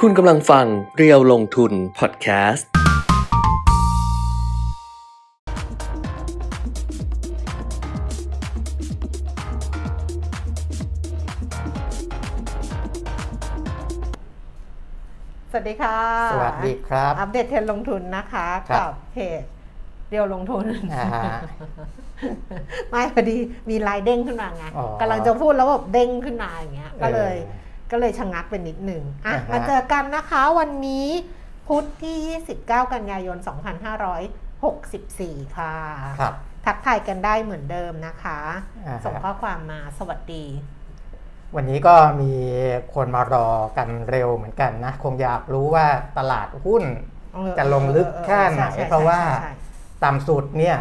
คุณกำลังฟังเรียวลงทุนพอดแคสต์สวัสดีค่ะสวัสดีครับอัปเดตเทรนด์ลงทุนนะคะกับเพจเรียวลงทุนไม่พอดีมีลายเด้งขึ้นมาไงกำลังจะพูดแล้วแบบเด้งขึ้นมาอย่างเงี้ยก็เลยชะงักเป็นนิดหนึ่งมาเจอกันนะคะวันนี้พุธที่29กันยายน2564ค่ะทักทายกันได้เหมือนเดิมนะคะส่งข้อความมาสวัสดีวันนี้ก็มีคนมารอกันเร็วเหมือนกันนะคงอยากรู้ว่าตลาดหุ้นจะลงลึกแค่ไหนเพราะว่าต่ำสุดเนี่ย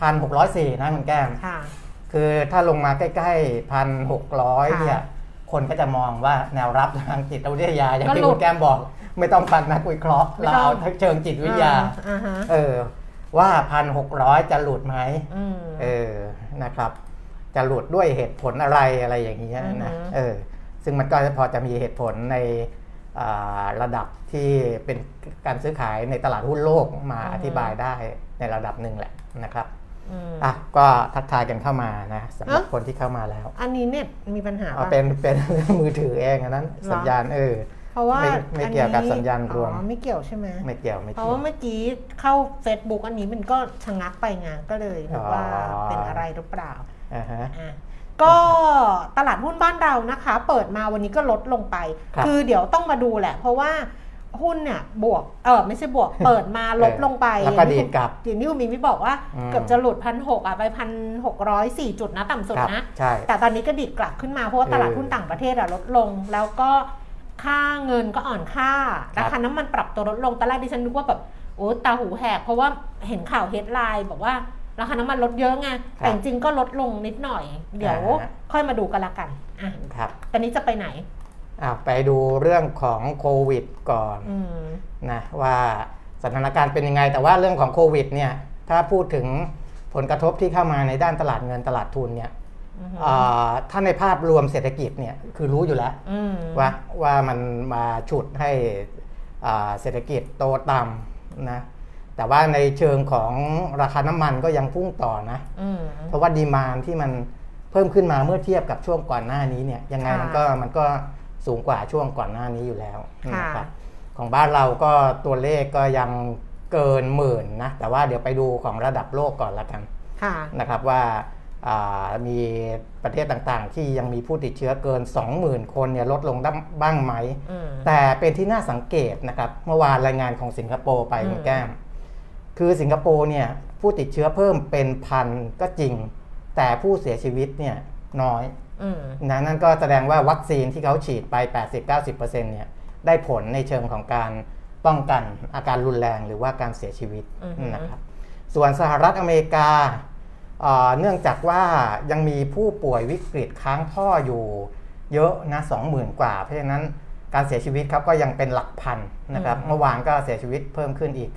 1,604นะคุณแก้มคือถ้าลงมาใกล้ๆ1,600เนี่ยคนก็จะมองว่าแนวรับทางจิตวิทยาอย่างที่คุณแก้มบอกไม่ต้องฟังนักวิเคราะห์เราเอาเชิงจิตวิทยาว่า1,600จะหลุดไหมนะครับจะหลุดด้วยเหตุผลอะไรอย่างเงี้ยนะซึ่งมันก็พอจะมีเหตุผลในระดับที่เป็นการซื้อขายในตลาดหุ้นโลกมาอธิบายได้ในระดับหนึ่งแหละนะครับก็ทักทายกันเข้ามานะสำหรับคนที่เข้ามาแล้วอันนี้เน็ตมีปัญหาเป็นมือถือเองอันนั้นสัญญาณเพราะว่าไม่เกี่ยวกับสัญญาณรวมไม่เกี่ยวใช่ไหมไม่เกี่ยวเพราะว่าเมื่อกี้เข้า Facebook อันนี้มันก็ชะงักไปไงก็เลยนึกว่าเป็นอะไรหรือเปล่าก็ตลาดหุ้นบ้านเรานะคะเปิดมาวันนี้ก็ลดลงไปคือเดี๋ยวต้องมาดูแหละเพราะว่าหุ้นเนี่ยบวกไม่ใช่บวกเปิดมาลบลงไปแล้วก็ดีดกลับอย่างที่คุณมีบอกว่าเกือบจะหลุด 1,600 ไป 1,604 จุดนะต่ำสุดนะแต่ตอนนี้ก็ดีดกลับขึ้นมาเพราะว่าตลาดหุ้นต่างประเทศลดลงแล้วก็ค่าเงินก็อ่อนค่าราคาน้ำมันปรับตัวลดลงตอนแรกดิฉันนึกว่าแบบโอ้ตาหูแหกเพราะว่าเห็นข่าวเฮดไลน์บอกว่าราคาน้ำมันลดเยอะไงแต่จริงก็ลดลงนิดหน่อยเดี๋ยวค่อยมาดูกันละกันตอนนี้จะไปไหนไปดูเรื่องของโควิดก่อนนะว่าสถานการณ์เป็นยังไงแต่ว่าเรื่องของโควิดเนี่ยถ้าพูดถึงผลกระทบที่เข้ามาในด้านตลาดเงินตลาดทุนเนี่ยถ้าในภาพรวมเศรษฐกิจเนี่ยคือรู้อยู่แล้วว่ามันมาฉุดให้เศรษฐกิจโตต่ำนะแต่ว่าในเชิงของราคาน้ำมันก็ยังพุ่งต่อนะเพราะว่าดีมานด์ที่มันเพิ่มขึ้นมาเมื่อเทียบกับช่วงก่อนหน้านี้เนี่ยยังไงมันก็สูงกว่าช่วงก่อนหน้านี้อยู่แล้วนะครับของบ้านเราก็ตัวเลขก็ยังเกินหมื่นนะแต่ว่าเดี๋ยวไปดูของระดับโลกก่อนละกันนะครับว่ามีประเทศต่างๆที่ยังมีผู้ติดเชื้อเกิน 20,000 คนเนี่ยลดลงบ้างไหมแต่เป็นที่น่าสังเกตนะครับเมื่อวานรายงานของสิงคโปร์ไปคุณแก้มคือสิงคโปร์เนี่ยผู้ติดเชื้อเพิ่มเป็นพันก็จริงแต่ผู้เสียชีวิตเนี่ยน้อยนั่นก็แสดงว่าวัคซีนที่เขาฉีดไป 80-90% เนี่ยได้ผลในเชิงของการป้องกันอาการรุนแรงหรือว่าการเสียชีวิตนะครับส่วนสหรัฐอเมริกาเนื่องจากว่ายังมีผู้ป่วยวิกฤตค้างท่ออยู่เยอะนะ 20,000 กว่าเพราะฉะนั้นการเสียชีวิตครับก็ยังเป็นหลักพันนะครับเมื่อวานก็เสียชีวิตเพิ่มขึ้นอีก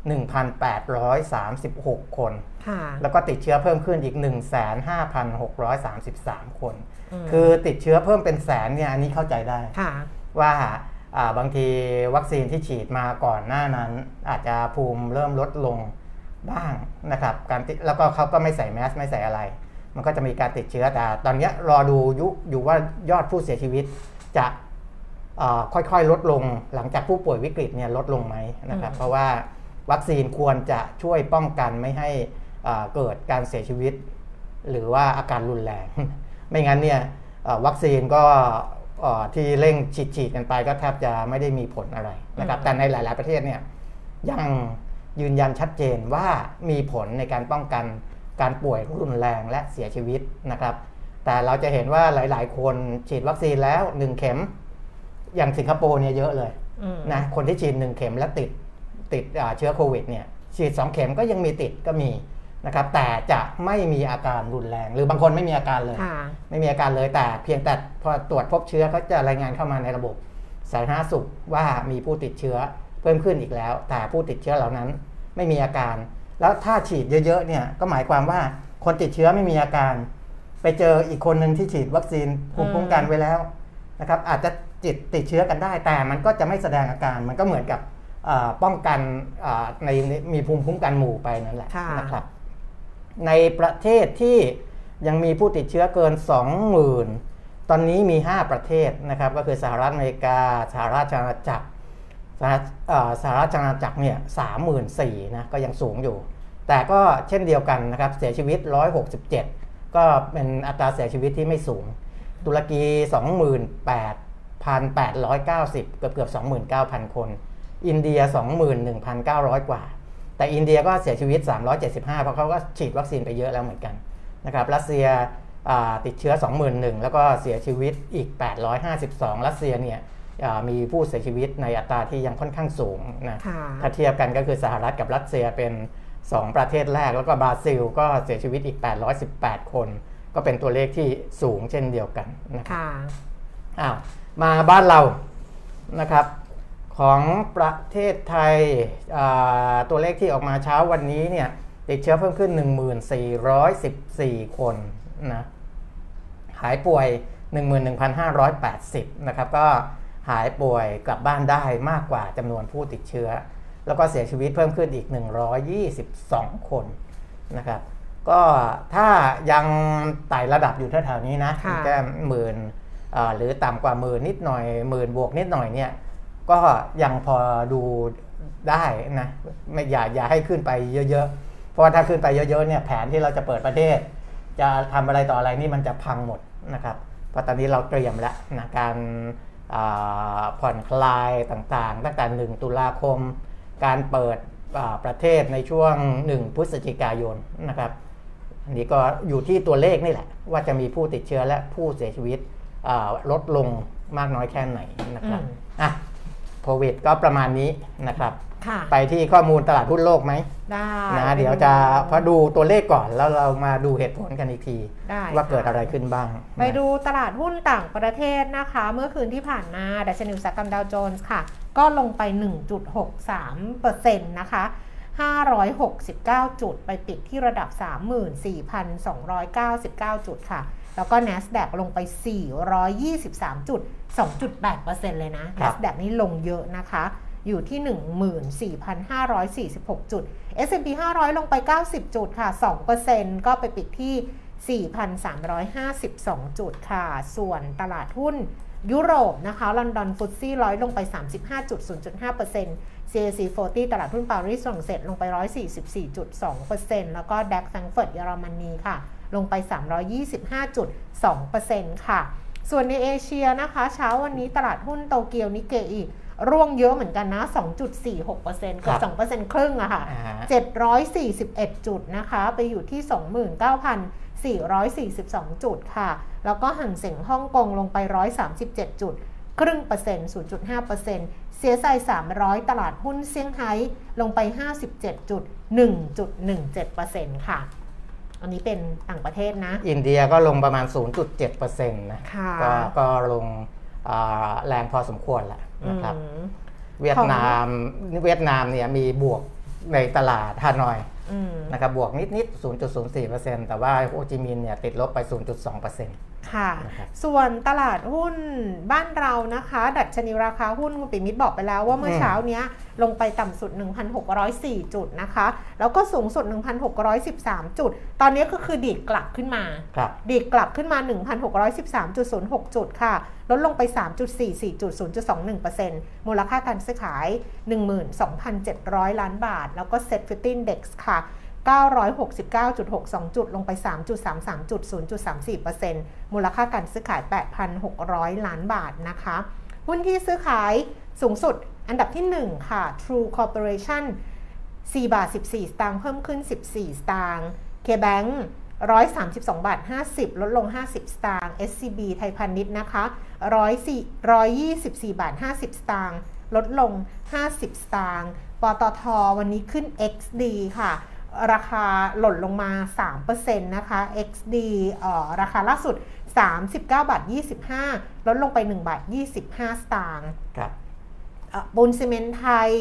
1,836 คนแล้วก็ติดเชื้อเพิ่มขึ้นอีก 15,633 คนคือติดเชื้อเพิ่มเป็นแสนเนี่ยอันนี้เข้าใจได้ว่าบางทีวัคซีนที่ฉีดมาก่อนหน้านั้นอาจจะภูมิเริ่มลดลงบ้างนะครับแล้วก็เขาก็ไม่ใส่แมสไม่ใส่อะไรมันก็จะมีการติดเชื้อแต่ตอนนี้รอดูอยู่ว่ายอดผู้เสียชีวิตจะค่อยๆลดลงหลังจากผู้ป่วยวิกฤตเนี่ยลดลงไหมนะครับเพราะว่าวัคซีนควรจะช่วยป้องกันไม่ให้เกิดการเสียชีวิตหรือว่าอาการรุนแรงไม่งั้นเนี่ยวัคซีนก็ที่เร่งฉีดกันไปก็แทบจะไม่ได้มีผลอะไรนะครับแต่ในหลายๆประเทศเนี่ยยังยืนยันชัดเจนว่ามีผลในการป้องกันการป่วยรุนแรงและเสียชีวิตนะครับแต่เราจะเห็นว่าหลายๆคนฉีดวัคซีนแล้ว1เข็มอย่างสิงคโปร์เนี่ยเยอะเลยนะคนที่ฉีด1เข็มและติดเชื้อโควิดเนี่ยฉีด2เข็มก็ยังมีติดก็มีนะครับแต่จะไม่มีอาการรุนแรงหรือบางคนไม่มีอาการเลยไม่มีอาการเลยแต่เพียงแต่พอตรวจพบเชื้อเขาจะรายงานเข้ามาในระบบสาธารณสุขว่ามีผู้ติดเชื้อเพิ่มขึ้นอีกแล้วแต่ผู้ติดเชื้อเหล่านั้นไม่มีอาการแล้วถ้าฉีดเยอะๆเนี่ยก็หมายความว่าคนติดเชื้อไม่มีอาการไปเจออีกคนนึงที่ฉีดวัคซีนภูมิคุ้มกันไว้แล้วนะครับอาจจะติดเชื้อกันได้แต่มันก็จะไม่แสดงอาการมันก็เหมือนกับป้องกันในมีภูมิคุ้มกันหมู่ไปนั่นแหละนะครับในประเทศที่ยังมีผู้ติดเชื้อเกิน 20,000 ตอนนี้มี 5 ประเทศนะครับก็คือสหรัฐอเมริกาสหราชอาณาจักรสหราชอาณาจักรเนี่ย 34,000 นะก็ยังสูงอยู่แต่ก็เช่นเดียวกันนะครับเสียชีวิต167ก็เป็นอัตราเสียชีวิตที่ไม่สูงตุรกี 28,890 เกือบ 29,000 คนอินเดีย 21,900 กว่าแต่อินเดียก็เสียชีวิต375เพราะเขาก็ฉีดวัคซีนไปเยอะแล้วเหมือนกันนะครับรัสเซียติดเชื้อ 21,000 แล้วก็เสียชีวิตอีก852รัสเซียเนี่ยมีผู้เสียชีวิตในอัตราที่ยังค่อนข้างสูงนะถ้าเทียบกันก็คือสหรัฐกับรัสเซียเป็น2ประเทศแรกแล้วก็บราซิลก็เสียชีวิตอีก818คนก็เป็นตัวเลขที่สูงเช่นเดียวกันนะครับมาบ้านเรานะครับของประเทศไทยตัวเลขที่ออกมาเช้าวันนี้เนี่ยติดเชื้อเพิ่มขึ้น 1414 คนนะหายป่วย 11,580 นะครับก็หายป่วยกลับบ้านได้มากกว่าจำนวนผู้ติดเชื้อแล้วก็เสียชีวิตเพิ่มขึ้นอีก122คนนะครับก็ถ้ายังไต่ระดับอยู่แถวๆนี้นะแค่หมื่นหรือต่ำกว่าหมื่นนิดหน่อยหมื่นบวกนิดหน่อยเนี่ยก็ยังพอดูได้นะไม่อย่าให้ขึ้นไปเยอะๆเพราะถ้าขึ้นไปเยอะๆเนี่ยแผนที่เราจะเปิดประเทศจะทำอะไรต่ออะไรนี่มันจะพังหมดนะครับเพราะตอนนี้เราเตรียมแล้วนะการผ่อนคลายต่างๆตั้งแต่1ตุลาคมการเปิดประเทศในช่วง1พฤศจิกายนนะครับอันนี้ก็อยู่ที่ตัวเลขนี่แหละว่าจะมีผู้ติดเชื้อและผู้เสียชีวิตลดลงมากน้อยแค่ไหนนะครับโควิดก็ประมาณนี้นะครับไปที่ข้อมูลตลาดหุ้นโลกไหมได้นะเดี๋ยวจะพอดูตัวเลขก่อนแล้วเรามาดูเหตุผลกันอีกทีว่าเกิดอะไรขึ้นบ้างไปดูตลาดหุ้นต่างประเทศนะคะเมื่อคืนที่ผ่านมาดัชนีอุตสาหกรรมดาวโจนส์ค่ะก็ลงไป 1.63% นะคะ569 จุดไปปิดที่ระดับ 34,299 จุดค่ะแล้วก็ NASDAQ ลงไป423 จุด 2.8% เลยนะ NASDAQ นี่ลงเยอะนะคะอยู่ที่ 14,546 จุด S&P 500 ลงไป90 จุดค่ะ 2% ก็ไปปิดที่ 4,352 จุดค่ะส่วนตลาดหุ้นยุโรปนะคะลอนดอนฟุตซี่100ลงไป 35.0.5% CAC 40 ตลาดหุ้นปารีสฝรั่งเศสลงไป 144.2% แล้วก็ดัคแฟรงก์เฟิร์ตเยอรมนีค่ะลงไป 325.2% ค่ะส่วนในเอเชียนะคะเช้าวันนี้ตลาดหุ้นโตเกียวนิเกอิร่วงเยอะเหมือนกันนะ 2.46% เกือบ 2% ครึ่งอะค่ะ741 จุดนะคะไปอยู่ที่ 29,442 จุดค่ะแล้วก็หังเส็งฮ่องกงลงไป137 จุดครึ่งเปอร์เซ็นต์ 0.5% CSI 300ตลาดหุ้นเซี่ยงไฮ้ลงไป 57.1.17% ค่ะอันนี้เป็นต่างประเทศนะอินเดียก็ลงประมาณ 0.7% นะก็ลงแรงพอสมควรแหละนะครับเวียดนามเนี่ยมีบวกในตลาดฮานอยนะครับบวกนิด 0.04% แต่ว่าโฮจิมินห์เนี่ยติดลบไป 0.2% ค่ะส่วนตลาดหุ้นบ้านเรานะคะดัชนีราคาหุ้นคุณปิมิตรบอกไปแล้วว่าเมื่อเช้านี้ลงไปต่ำสุด 1,604 จุดนะคะแล้วก็สูงสุด 1,613 จุดตอนนี้ก็คือดีดกลับขึ้นมาดีดกลับขึ้นมา 1,613.06 จุดค่ะลดลงไป 3.44 จุด 0.21% มูลค่าการซื้อขาย 12,700 ล้านบาทแล้วก็ Set 50 Index ค่ะ969.62 จุดลงไป 3.33 จุด 0.34% มูลค่าการซื้อขาย 8,600 ล้านบาทนะคะหุ้นที่ซื้อขายสูงสุดอันดับที่1ค่ะ True Corporation 4 บาท 14 สตางค์เพิ่มขึ้น14 สตางค์ KBank 132 บาท 50ลดลง50 สตางค์ SCB ไทยพาณิชย์นะคะ124 บาท 50 สตางค์ลดลง50 สตางค์ปตท.วันนี้ขึ้น XD ค่ะราคาหล่นลงมา 3% นะคะ XD ราคาล่าสุด39 บาท 25ลดลงไป1 บาท 25 สตางค์ครับปูนซีเมนต์ไทย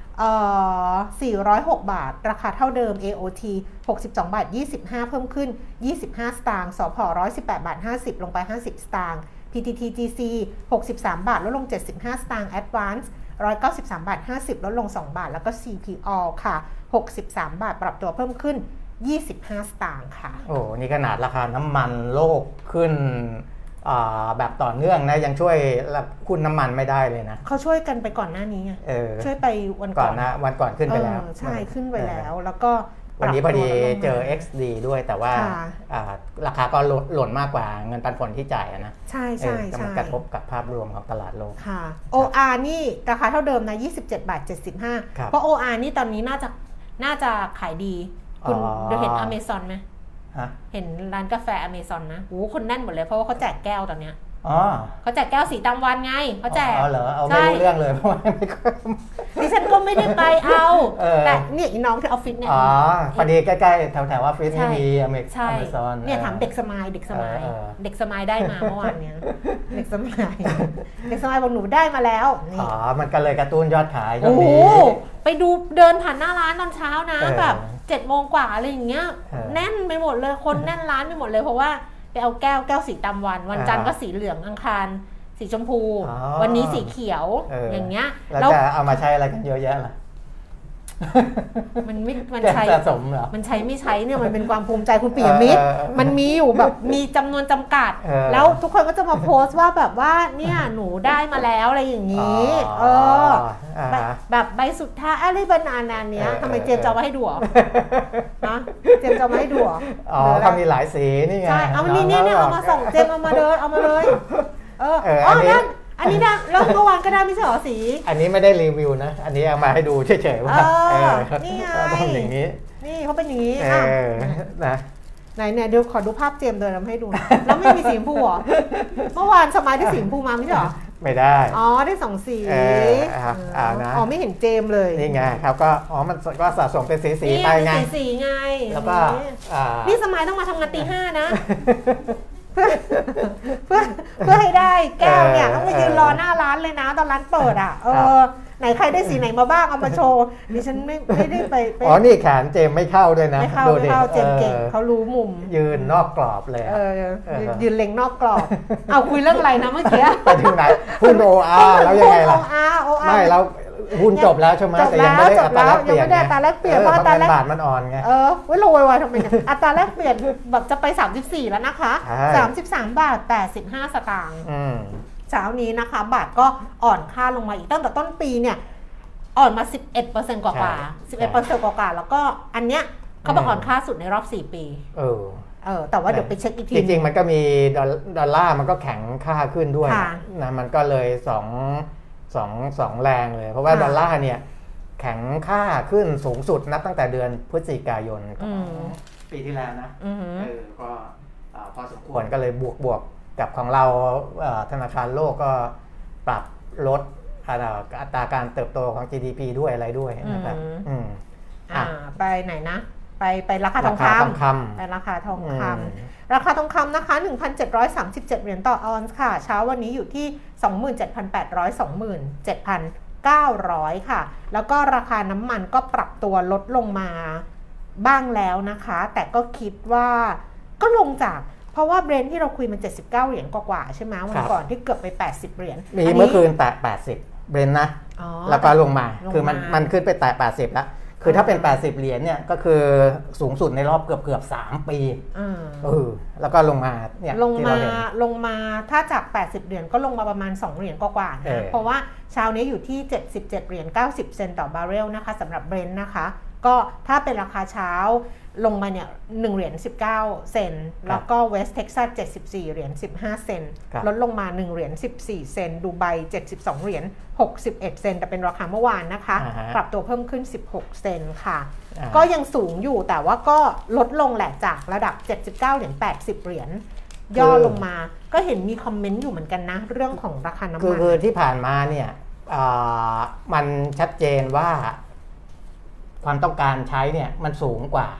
406 บาทราคาเท่าเดิม AOT 62 บาท 25เพิ่มขึ้น25 สตางค์สผ118 บาท 50ลงไป50 สตางค์ PTTGC 63 บาทลดลง75 สตางค์ Advance 193 บาท 50ลดลง2 บาทแล้วก็ CPO ค่ะ63 บาทปรับตัวเพิ่มขึ้น25 สตางค์ค่ะโอ้นี่ขนาดราคาน้ำมันโลกขึ้นแบบต่อเนื่องนะยังช่วยคุณน้ำมันไม่ได้เลยนะเขาช่วยกันไปก่อนหน้านี้ไงช่วยไปวันก่อนนะวันก่อนขึ้นไปแล้วใช่ขึ้นไปแล้วแล้วก็วันนี้พอดีเจอ XD ด้วยแต่ว่าราคาก็หล่นมากกว่าเงินปันผลที่จ่ายนะใช่ใช่ใช่มันกระทบกับภาพรวมของตลาดโลกค่ะ OR นี่ราคาเท่าเดิมนะ27.75 บาทเพราะ OR นี่ตอนนี้น่าจะขายดีคุณเห็น Amazon ไหมเห็นร้านกาแฟ Amazon นะโอ้คนแน่นหมดเลยเพราะว่าเขาแจกแก้วตอนเนี้ยเขาแจกแก้วสีตามวันไงเขาแจกเหรอเอาไม่รู้เรื่องเลยเพราะว่าไม่ค่อยดิฉันก็ไม่ได้ไปเอาแต่เนี่ยน้องที่ออฟฟิศเนี่ยพอดีใกล้ๆแถวๆออฟฟิศนี่มีAmazon เนี่ยถามเด็กสมายเด็กสมายได้มาเมื่อวานเนี้ยเด็กสมายบอกหนูได้มาแล้วมันก็เลยกระตุ้นยอดขายโอ้โหไปดูเดินผ่านหน้าร้านตอนเช้านะแบบ7 โมงกว่าอะไรอย่างเงี้ยแน่นไปหมดเลยคนแน่นร้านไปหมดเลยเพราะว่าไปเอาแก้วสีตามวันจันทร์ก็สีเหลืองอังคารสีชมพูวันนี้สีเขียวอย่างเงี้ยแล้วจะเอามาใช้อะไรกันเยอะแยะล่ะมันใช้สะสมเหรอมันใช้ไม่ใช้เนี่ยมันเป็นความภูมิใจคุณปิยมิตรมันมีอยู่แบบมีจำนวนจำกัดแล้วทุกคนก็จะมาโพสต์ว่าแบบว่าเนี่ยหนูได้มาแล้วอะไรอย่างนี้แบบใบสุดท้ายอะไรบรรณาเนี้ยทำไมเจมจะมาให้ดูนะเจมจะมาให้ดูเขามีหลายสีนี่ไงใช่เอานี่เอามาส่งเจมเอามาเดินเอามาเลยอันนี้นะแล้วเมื่อวานก็ได้ไม่ใช่หรอสีอันนี้ไม่ได้รีวิวนะอันนี้เอามาให้ดูเฉยๆว่านี่ไงต้องอย่างนี้นี่เขาเป็นอย่างนี้นะไหนเนี่ยเดี๋ยวขอดูภาพเจมเดินมาให้ดูแล้วไม่มีสีชมพูหรอเมื่อวานสมัยได้สีชมพูมาไม่ใช่หรอไม่ได้ได้2 สีนะไม่เห็นเจมเลยนี่ไงครับก็มันก็สะสมเป็นสีไปไงสีไงแล้วก็นี่สมัยต้องมาทำงานตี 5นะเพื่อให้ได้แก้วเนี่ยต้องมายืนรอหน้าร้านเลยนะตอนร้านเปิดไหนใครได้สีไหนมาบ้างเอามาโชว์ดิฉันไม่ได้ไปนี่แขนเจมไม่เข้าด้วยนะไม่เข้าเจมเก่งเขารู้มุมยืนนอกกรอบเลยยืนเล็งนอกกรอบเอาคุยเรื่องอะไรนะเมื่อกี้ไปถึงไหนหุ้น OR แล้วยังไงล่ะไม่แล้วหุ้นจบแล้วใช่ไหมแต่ยังไม่ได้อัตราแลกเปลี่ยนเพราะอัตราแลกบาทมันอ่อนไงว่าโรยทำไมอัตราแลกเปลี่ยนแบบจะไป34แล้วนะคะ33 บาท 85 สตางค์เช้านี้นะคะบาทก็อ่อนค่าลงมาอีกตั้งแต่ต้นปีเนี่ยอ่อนมา 11% กว่า 11% กว่าแล้วก็อันเนี้ยเขาบอกอ่อนค่าสุดในรอบ4 ปีแต่ว่าเดี๋ยวไปเช็คอีกทีจริงๆมันก็มีดอลลาร์มันก็แข็งค่าขึ้นด้วยนะมันก็เลย2แรงเลยเพราะว่าดอลลาร์เนี่ยแข็งค่าขึ้นสูงสุดนับตั้งแต่เดือนพฤศจิกายนปีที่แล้วนะก็พอสมควรก็เลยบวกกับของเราธนาคารโลกก็ปรับลดอัตราการเติบโตของ GDP ด้วยอะไรด้วยนะครับไปไหนนะไปราคาทองคำไปราคาทองคำราคาทองคำนะคะ 1,737 เหรียญต่อออนซ์ค่ะเช้าวันนี้อยู่ที่ 27,800 27,900 ค่ะแล้วก็ราคาน้ำมันก็ปรับตัวลดลงมาบ้างแล้วนะคะแต่ก็คิดว่าก็ลงจากเพราะว่าเบรนท์ที่เราคุยมัน79 เหรียญกว่าใช่ไหมวันก่อนที่เกือบไป80 เหรียญมีเมื่อคืนแตะ80เบรนท์นะแล้วก็ลงมาคือมันขึ้นไปแตะ80แล้วคือถ้าเป็น80 เหรียญเนี่ยก็คือสูงสุดในรอบเกือบ3 ปีแล้วก็ลงมาเนี่ยลงมาถ้าจาก80 เหรียญก็ลงมาประมาณ2 เหรียญกว่าๆนะเพราะว่าเช้านี้อยู่ที่77 เหรียญ90 เซนต์ต่อบาร์เรลนะคะสำหรับเบรนท์นะคะก็ถ้าเป็นราคาเช้าลงมาเนี่ย1 เหรียญ19 เซนต์แล้วก็เวสต์เท็กซัส74 เหรียญ15 เซนต์ลดลงมา1 เหรียญ14 เซนต์ดูไบ72 เหรียญ61 เซนต์แต่เป็นราคาเมื่อวานนะคะปรับตัวเพิ่มขึ้น16 เซนต์ค่ะก็ยังสูงอยู่แต่ว่าก็ลดลงแหละจากระดับ79 เหรียญ80 เหรียญย่อลงมาก็เห็นมีคอมเมนต์อยู่เหมือนกันนะเรื่องของราคาน้ำมันคือที่ผ่านมาเนี่ยมันชัดเจนว่าความต้องการใช้เนี่ยมันสูงกว่า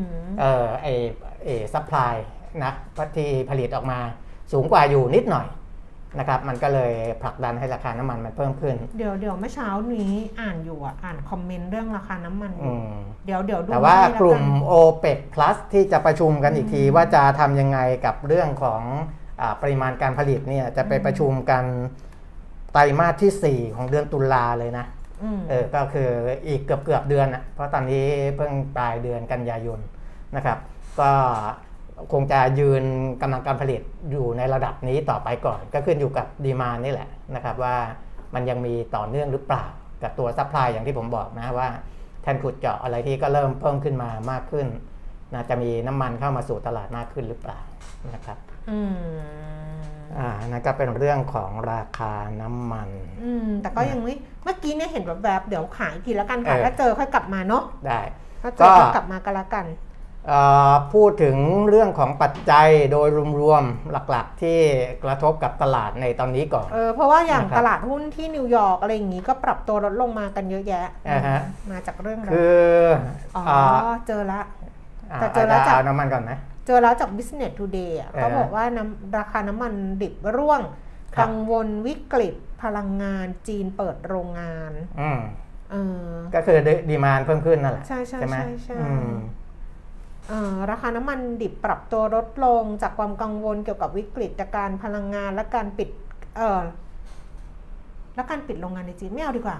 ซัพพลายนะที่ผลิตออกมาสูงกว่าอยู่นิดหน่อยนะครับมันก็เลยผลักดันให้ราคาน้ำมันมันเพิ่มขึ้นเดี๋ยวเมื่อเช้านี้อ่านอยู่อ่านคอมเมนต์เรื่องราคาน้ำมันเดี๋ยวดูแต่ว่ากลุ่ม OPEC Plus ที่จะประชุมกันอีกทีว่าจะทำยังไงกับเรื่องของปริมาณการผลิตเนี่ยจะไปประชุมกันไตรมาสที่4ของเดือนตุลาเลยนะก็คืออีกเกือบเดือนเพราะตอนนี้เพิ่งปลายเดือนกันยายนนะครับก็คงจะยืนกำลังการผลิตอยู่ในระดับนี้ต่อไปก่อนก็ขึ้นอยู่กับดีมานด์นี่แหละนะครับว่ามันยังมีต่อเนื่องหรือเปล่ากับตัวซัพพลายอย่างที่ผมบอกนะว่าแทนขุดเจาะอะไรที่ก็เริ่มเพิ่มขึ้นมามากขึ้นนะจะมีน้ำมันเข้ามาสู่ตลาดมากขึ้นหรือเปล่านะครับนั่นก็เป็นเรื่องของราคาน้ำมันแต่ก็ยังไม่เมื่อกี้เนี่ยเห็นแบบเดี๋ยวขายทีละกันค่ะถ้าเจอค่อยกลับมาเนาะได้ถ้าเจอค่อยกลับมากันละกันพูดถึงเรื่องของปัจจัยโดยรวมๆหลักๆที่กระทบกับตลาดในตอนนี้ก่อนเพราะว่าอย่างตลาดหุ้นที่นิวยอร์กอะไรอย่างนี้ก็ปรับตัวลดลงมากันเยอะแยะมาจากเรื่องอะไรเจอละแต่เจอแล้วจากน้ำมันก่อนไหมเจอแล้วจาก Business Today เขาบอกว่าราคาน้ำมันดิบร่วงกังวลวิกฤตพลังงานจีนเปิดโรงงานก็คือดีมานด์เพิ่มขึ้นนั่นแหละใช่ไหมราคาน้ำมันดิบปรับตัวลดลงจากความกังวลเกี่ยวกับวิกฤตการพลังงานและการปิดโรงงานในจีนไม่เอาดีกว่า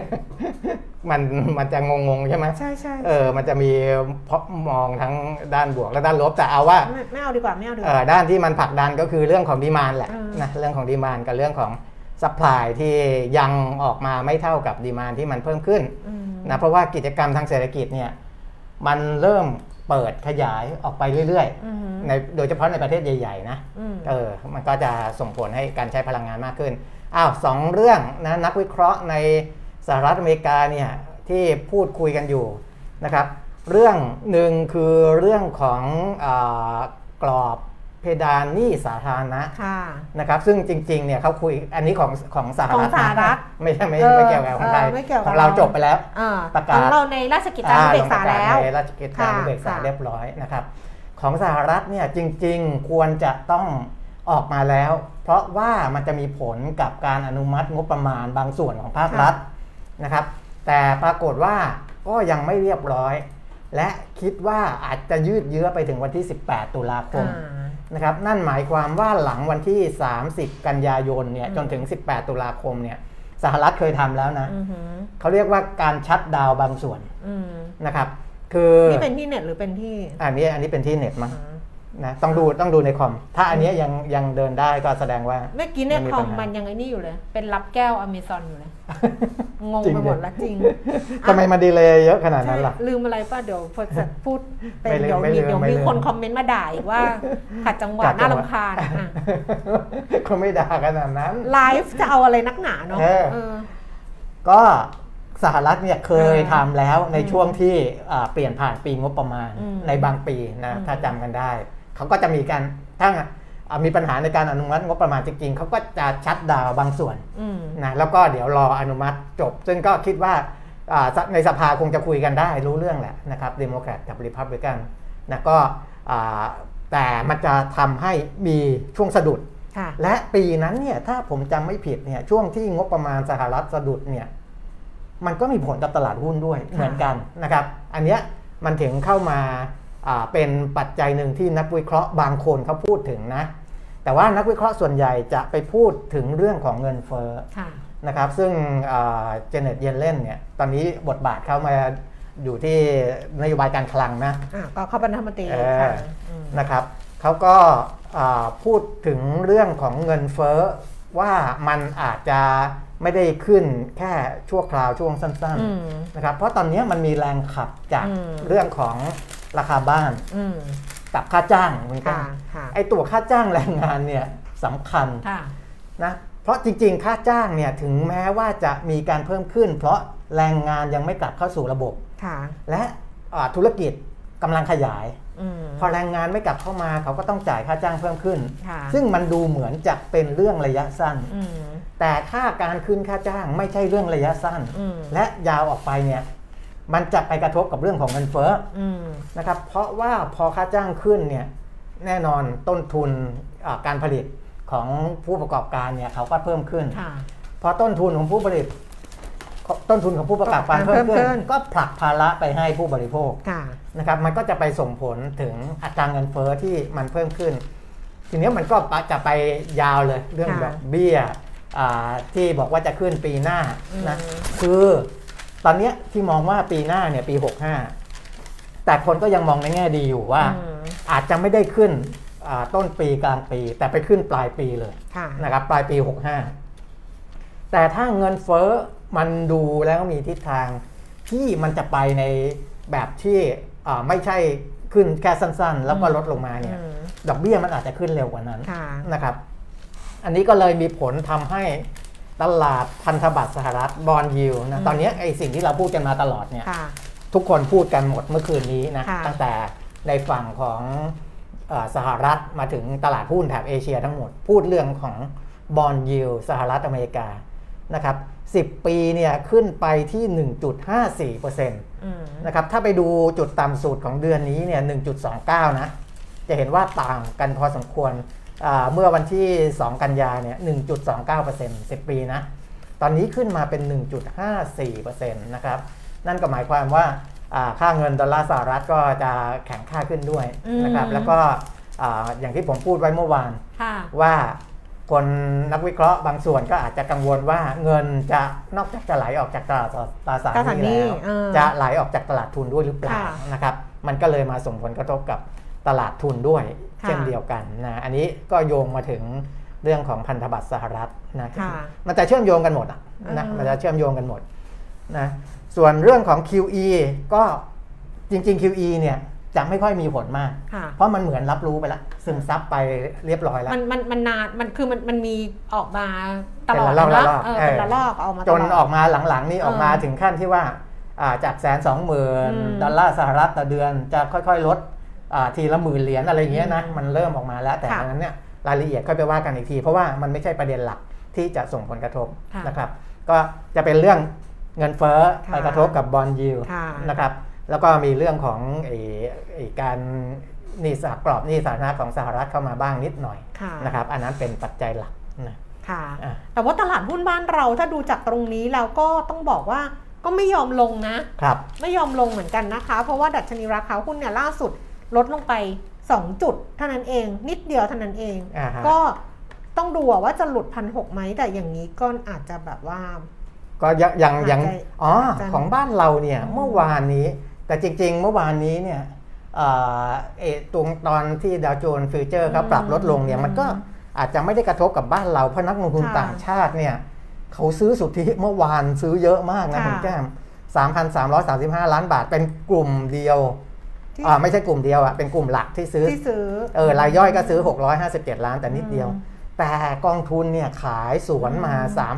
มันจะงงใช่ไหมใช่มันจะมีมองทั้งด้านบวกและด้านลบแต่เอาว่าไม่เอาดีกว่าด้านที่มันผลักดันก็คือเรื่องของดีมานด์แหละนะเรื่องของดีมานด์กับเรื่องของซัพพลายที่ยังออกมาไม่เท่ากับดีมานด์ที่มันเพิ่มขึ้นนะเพราะว่ากิจกรรมทางเศรษฐกิจเนี่ยมันเริ่มเปิดขยายออกไปเรื่อยๆโดยเฉพาะในประเทศใหญ่ๆนะมันก็จะส่งผลให้การใช้พลังงานมากขึ้น2เรื่องนะนักวิเคราะห์ในสหรัฐอเมริกาเนี่ยที่พูดคุยกันอยู่นะครับเรื่องหนึ่งคือเรื่องของกรอบเพดานหนี้สาธารณะนะครับซึ่งจริงๆเนี่ยเขาคุยอันนี้ของสหรัฐไม่ใช่ไม่เกี่ยวกับของไทยของเราจบไปแล้วประกาศเราในราชกิจจานุเบกษาแล้วในราชกิจจานุเบกษาเรียบร้อยนะครับของสหรัฐเนี่ยจริงๆควรจะต้องออกมาแล้วเพราะว่ามันจะมีผลกับการอนุมัติงบประมาณบางส่วนของภาครัฐนะครับแต่ปรากฏว่าก็ยังไม่เรียบร้อยและคิดว่าอาจจะยืดเยื้อไปถึงวันที่18ตุลาคมนะครับนั่นหมายความว่าหลังวันที่30กันยายนเนี่ยจนถึง18ตุลาคมเนี่ยสหรัฐเคยทำแล้วนะเขาเรียกว่าการชัตดาวน์บางส่วนนะครับคือนี่เป็นที่เน็ตหรือเป็นที่อันนี้เป็นที่เน็ตมั้งนะต้องดูในคอมถ้าอันนี้ยังเดินได้ก็แสดงว่าเมื่อกี้ในคอมมันยังไอ้นี่อยู่เลยเป็นรับแก้ว Amazon อยู่เลยงงไปหมดแล้วจริงทำไมมันดีเลย์เยอะขนาดนั้นล่ะลืมอะไรป่ะเดี๋ยวพอจะพูดเป็นเดี๋ยวมีคนคอมเมนต์มาด่าอีกว่าขัดจังหวะน่ารำคาญเขาไม่ด่าขนาดนั้นไลฟ์จะเอาอะไรนักหนาเนาะก็สหรัฐเนี่ยเคยทำแล้วในช่วงที่เปลี่ยนผ่านปีงบประมาณในบางปีนะถ้าจำกันได้เขาก็จะมีการถ้ามีปัญหาในการอนุมัติงบประมาณจริงๆเขาก็จะชัตดาวน์บางส่วนนะแล้วก็เดี๋ยวรออนุมัติจบซึ่งก็คิดว่าในสภาคงจะคุยกันได้รู้เรื่องแหละนะครับเดโมแครตกับรีพับลิกันนะก็แต่มันจะทำให้มีช่วงสะดุดและปีนั้นเนี่ยถ้าผมจำไม่ผิดเนี่ยช่วงที่งบประมาณสหรัฐสะดุดเนี่ยมันก็มีผลกับตลาดหุ้นด้วยเหมือนกันนะครับอันเนี้ยมันถึงเข้ามาเป็นปัจจัยหนึ่งที่นักวิเคราะห์บางคนเขาพูดถึงนะแต่ว่านักวิเคราะห์ส่วนใหญ่จะไปพูดถึงเรื่องของเงินเฟ้อนะครับซึ่งเจเน็ตเยเลนเนี่ยตอนนี้บทบาทเข้ามาอยู่ที่นโยบายการคลังนะก็เข้าเป็นรัฐมนตรีนะครับเขาก็พูดถึงเรื่องของเงินเฟ้อว่ามันอาจจะไม่ได้ขึ้นแค่ชั่วคราวช่วงสั้นๆนะครับเพราะตอนนี้มันมีแรงขับจากเรื่องของราคาบ้านกับค่าจ้างเหมือนกันไอ้ตัวค่าจ้างแรงงานเนี่ยสำคัญนะเพราะจริงๆค่าจ้างเนี่ยถึงแม้ว่าจะมีการเพิ่มขึ้นเพราะแรงงานยังไม่กลับเข้าสู่ระบบและธุรกิจกำลังขยายพอแรงงานไม่กลับเข้ามาเขาก็ต้องจ่ายค่าจ้างเพิ่มขึ้นซึ่งมันดูเหมือนจะเป็นเรื่องระยะสั้นแต่ถ้าการขึ้นค่าจ้างไม่ใช่เรื่องระยะสั้นและยาวออกไปเนี่ยมันจะไปกระทบกับเรื่องของเงินเฟ้อนะครับเพราะว่าพอค่าจ้างขึ้นเนี่ยแน่นอนต้นทุนการผลิตของผู้ประกอบการเนี่ยเขาก็เพิ่มขึ้นพอต้นทุนของผู้ผลิตต้นทุนของผู้ประกอบการเพิ่มขึ้นก็ผลักภาระไปให้ผู้บริโภคนะครับมันก็จะไปส่งผลถึงอัตราเงินเฟ้อที่มันเพิ่มขึ้นทีนี้มันก็จะไปยาวเลยเรื่องดอกเบี้ยที่บอกว่าจะขึ้นปีหน้านะคือตอนนี้ที่มองว่าปีหน้าเนี่ยปี65แต่คนก็ยังมองในแง่ดีอยู่ว่าอาจจะไม่ได้ขึ้นต้นปีกลางปีแต่ไปขึ้นปลายปีเลยนะครับปลายปี65แต่ถ้าเงินเฟ้อมันดูแล้วมีทิศทางที่มันจะไปในแบบที่ไม่ใช่ขึ้นแค่สั้นๆแล้วก็ลดลงมาเนี่ยดอกเบี้ยมันอาจจะขึ้นเร็วกว่านั้นนะครับอันนี้ก็เลยมีผลทำให้ตลาดพันธบัตรสหรัฐบอนด์ยิลด์นะตอนนี้ไอ้สิ่งที่เราพูดกันมาตลอดเนี่ยทุกคนพูดกันหมดเมื่อคืนนี้นะตั้งแต่ในฝั่งของสหรัฐมาถึงตลาดหุ้นแถบเอเชียทั้งหมดพูดเรื่องของบอนด์ยิลด์สหรัฐอเมริกานะครับ10 ปีเนี่ยขึ้นไปที่ 1.54% นะครับถ้าไปดูจุดต่ำสุดของเดือนนี้เนี่ย 1.29 นะจะเห็นว่าต่างกันพอสมควรเมื่อวันที่2กันยาเนี่ย 1.29% 10 ปีนะตอนนี้ขึ้นมาเป็น 1.54% นะครับนั่นก็หมายความว่าค่าเงินดอลลาร์สหรัฐก็จะแข็งค่าขึ้นด้วยนะครับแล้วก็อย่างที่ผมพูดไว้เมื่อวานว่าคนนักวิเคราะห์บางส่วนก็อาจจะกังวลว่าเงินจะนอกจากจะไหลออกจากตลาดตราสารหนี้แล้วจะไหลออกจากตลาดทุนด้วยหรือเปล่านะครับมันก็เลยมาส่งผลกระทบกับตลาดทุนด้วยเช่นเดียวกันนะอันนี้ก็โยงมาถึงเรื่องของพันธบัตรสหรัฐนะมันจะเชื่อมโยงกันหมดนะมันจะเชื่อมโยงกันหมดนะส่วนเรื่องของ QE ก็จริงๆ QE เนี่ยจะไม่ค่อยมีผลมากเพราะมันเหมือนรับรู้ไปแล้วซึมซับไปเรียบร้อยแล้วมันนานมันคือมันมีออกมาตลอดเป็นระลอกออกมาจนออกมาหลังๆนี่ออกมาถึงขั้นที่ว่าจาก120,000 ดอลลาร์สหรัฐต่อเดือนจะค่อยๆลดทีละ10,000 เหรียญอะไรอย่างเงี้ยนะมันเริ่มออกมาแล้วแต่อันนั้นเนี่ยรายละเอียดค่อยไปว่ากันอีกทีเพราะว่ามันไม่ใช่ประเด็นหลักที่จะส่งผลกระทบนะครับก็จะเป็นเรื่องเงินเฟ้อไปกระทบกับบอนด์ยิลด์นะครับแล้วก็มีเรื่องของการหนี้กรอบหนี้สาธารณะของสหรัฐเข้ามาบ้างนิดหน่อยนะครับอันนั้นเป็นปัจจัยหลักนะค่ะแต่ว่าตลาดหุ้นบ้านเราถ้าดูจากตรงนี้แล้วก็ต้องบอกว่าก็ไม่ยอมลงนะครับไม่ยอมลงเหมือนกันนะคะเพราะว่าดัชนีราคาหุ้นเนี่ยล่าสุดลดลงไป2 จุดเท่านั้นเองนิดเดียวเท่านั้นเองก็ต้องดูว่าจะหลุด 1,600 ไหมแต่อย่างนี้ก็อาจจะแบบว่าก็อย่างของบ้านเราเนี่ยเมื่อวานนี้แต่จริงๆเมื่อวานนี้เนี่ยตรงตอนที่ดาวโจนส์ฟิวเจอร์เขาปรับลดลงเนี่ยมันก็อาจจะไม่ได้กระทบกับบ้านเราเพราะนักลงทุนต่างชาติเนี่ยเขาซื้อสุทธิเมื่อวานซื้อเยอะมากนะคุณแก้ม 3,335 ล้านบาทเป็นกลุ่มเดียวไม่ใช่กลุ่มเดียวเป็นกลุ่มหลักที่ซื้อรายย่อยก็ซื้อ657ล้านแต่นิดเดียวแต่กองทุนเนี่ยขายสวนมา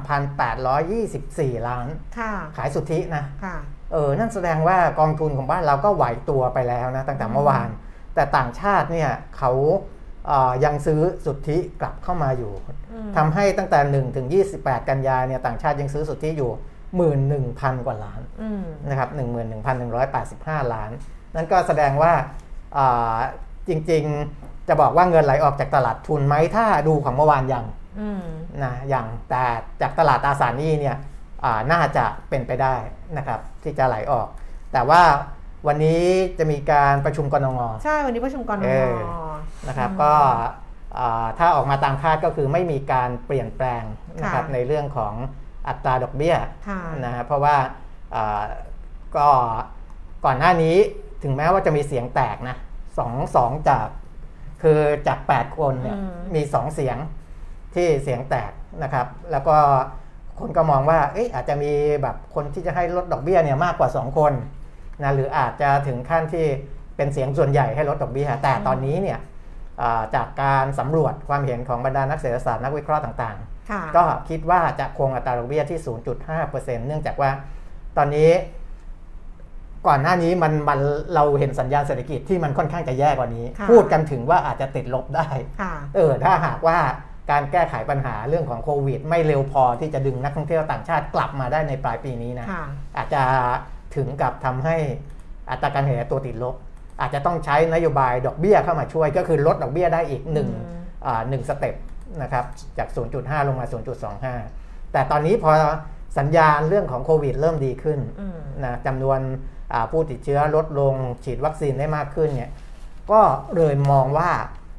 3,824 ล้านขายสุทธินะนั่นแสดงว่ากองทุนของบ้านเราก็ไหวตัวไปแล้วนะตั้งแต่เมื่อวานแต่ต่างชาติเนี่ยเขายังซื้อสุทธิกลับเข้ามาอยู่ทำให้ตั้งแต่1ถึง28กันยาเนี่ยต่างชาติยังซื้อสุทธิอยู่ 11,000 กว่าล้านนะครับ 11,185 ล้านนั่นก็แสดงว่าจริงๆจะบอกว่าเงินไหลออกจากตลาดทุนไหมถ้าดูของเมื่อวานอย่างแต่จากตลาดตราสารหนี้เนี่ยน่าจะเป็นไปได้นะครับที่จะไหลออกแต่ว่าวันนี้จะมีการประชุมกนง. ใช่วันนี้ประชุมกนง. นะครับก็ถ้าออกมาตามคาดก็คือไม่มีการเปลี่ยนแปลงนะครับในเรื่องของอัตราดอกเบี้ยนะเพราะว่าก็ก่อนหน้านี้ถึงแม้ว่าจะมีเสียงแตกนะ2จาก8คนเนี่ยมี2เสียงที่เสียงแตกนะครับแล้วก็คนก็มองว่าอาจจะมีแบบคนที่จะให้ลดดอกเบี้ยเนี่ยมากกว่า2คนนะหรืออาจจะถึงขั้นที่เป็นเสียงส่วนใหญ่ให้ลดดอกเบี้ยแต่ตอนนี้เนี่ยจากการสำรวจความเห็นของบรรดานักเศรษฐศาสตร์นักวิเคราะห์ต่างๆก็คิดว่าจะคงอัตราดอกเบี้ยที่ 0.5% เนื่องจากว่าตอนนี้ก่อนหน้านี้มันเราเห็นสัญญาณเศรษฐกิจที่มันค่อนข้างจะแย่กว่านี้พูดกันถึงว่าอาจจะติดลบได้ถ้าหากว่าการแก้ไขปัญหาเรื่องของโควิดไม่เร็วพอที่จะดึงนักท่องเที่ยวต่างชาติกลับมาได้ในปลายปีนี้นะอาจจะถึงกับทำให้อัตราการขยายตัวติดลบอาจจะต้องใช้นโยบายดอกเบี้ยเข้ามาช่วยก็คือลดดอกเบี้ยได้อีก1สเต็ปนะครับจาก 0.5 ลงมา 0.25 แต่ตอนนี้พอสัญญาณเรื่องของโควิดเริ่มดีขึ้นนะจำนวนผู้ติดเชื้อลดลงฉีดวัคซีนได้มากขึ้นเนี่ยก็เลยมองว่า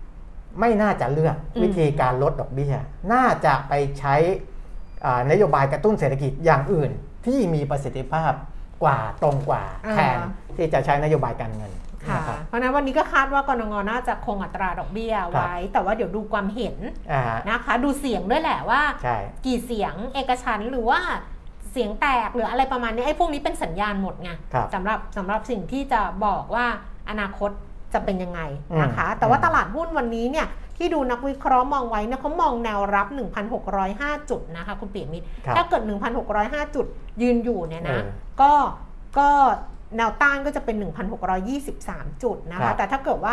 ไม่น่าจะเลือกวิธีการลดดอกเบี้ยน่าจะไปใช้นโยบายกระตุ้นเศรษฐกิจอย่างอื่นที่มีประสิทธิภาพกว่าตรงกว่าแทนที่จะใช้นโยบายการเงินเพราะนั้นวันนี้ก็คาดว่ากนง.น่าจะคงอัตราดอกเบี้ยไว้แต่ว่าเดี๋ยวดูความเห็นนะคะดูเสียงด้วยแหละว่ากี่เสียงเอกฉันท์หรือว่าเสียงแตกหรืออะไรประมาณนี้ไอ้พวกนี้เป็นสัญญาณหมดไงสำหรับสิ่งที่จะบอกว่าอนาคตจะเป็นยังไงนะคะแต่ว่าตลาดหุ้นวันนี้เนี่ยที่ดูนักวิเคราะห์มองไว้เนี่ยเขามองแนวรับ 1,605 จุดนะคะคุณปิยมิตรถ้าเกิด 1,605 จุดยืนอยู่เนี่ยนะก็แนวต้านก็จะเป็น 1,623 จุดนะคะแต่ถ้าเกิดว่า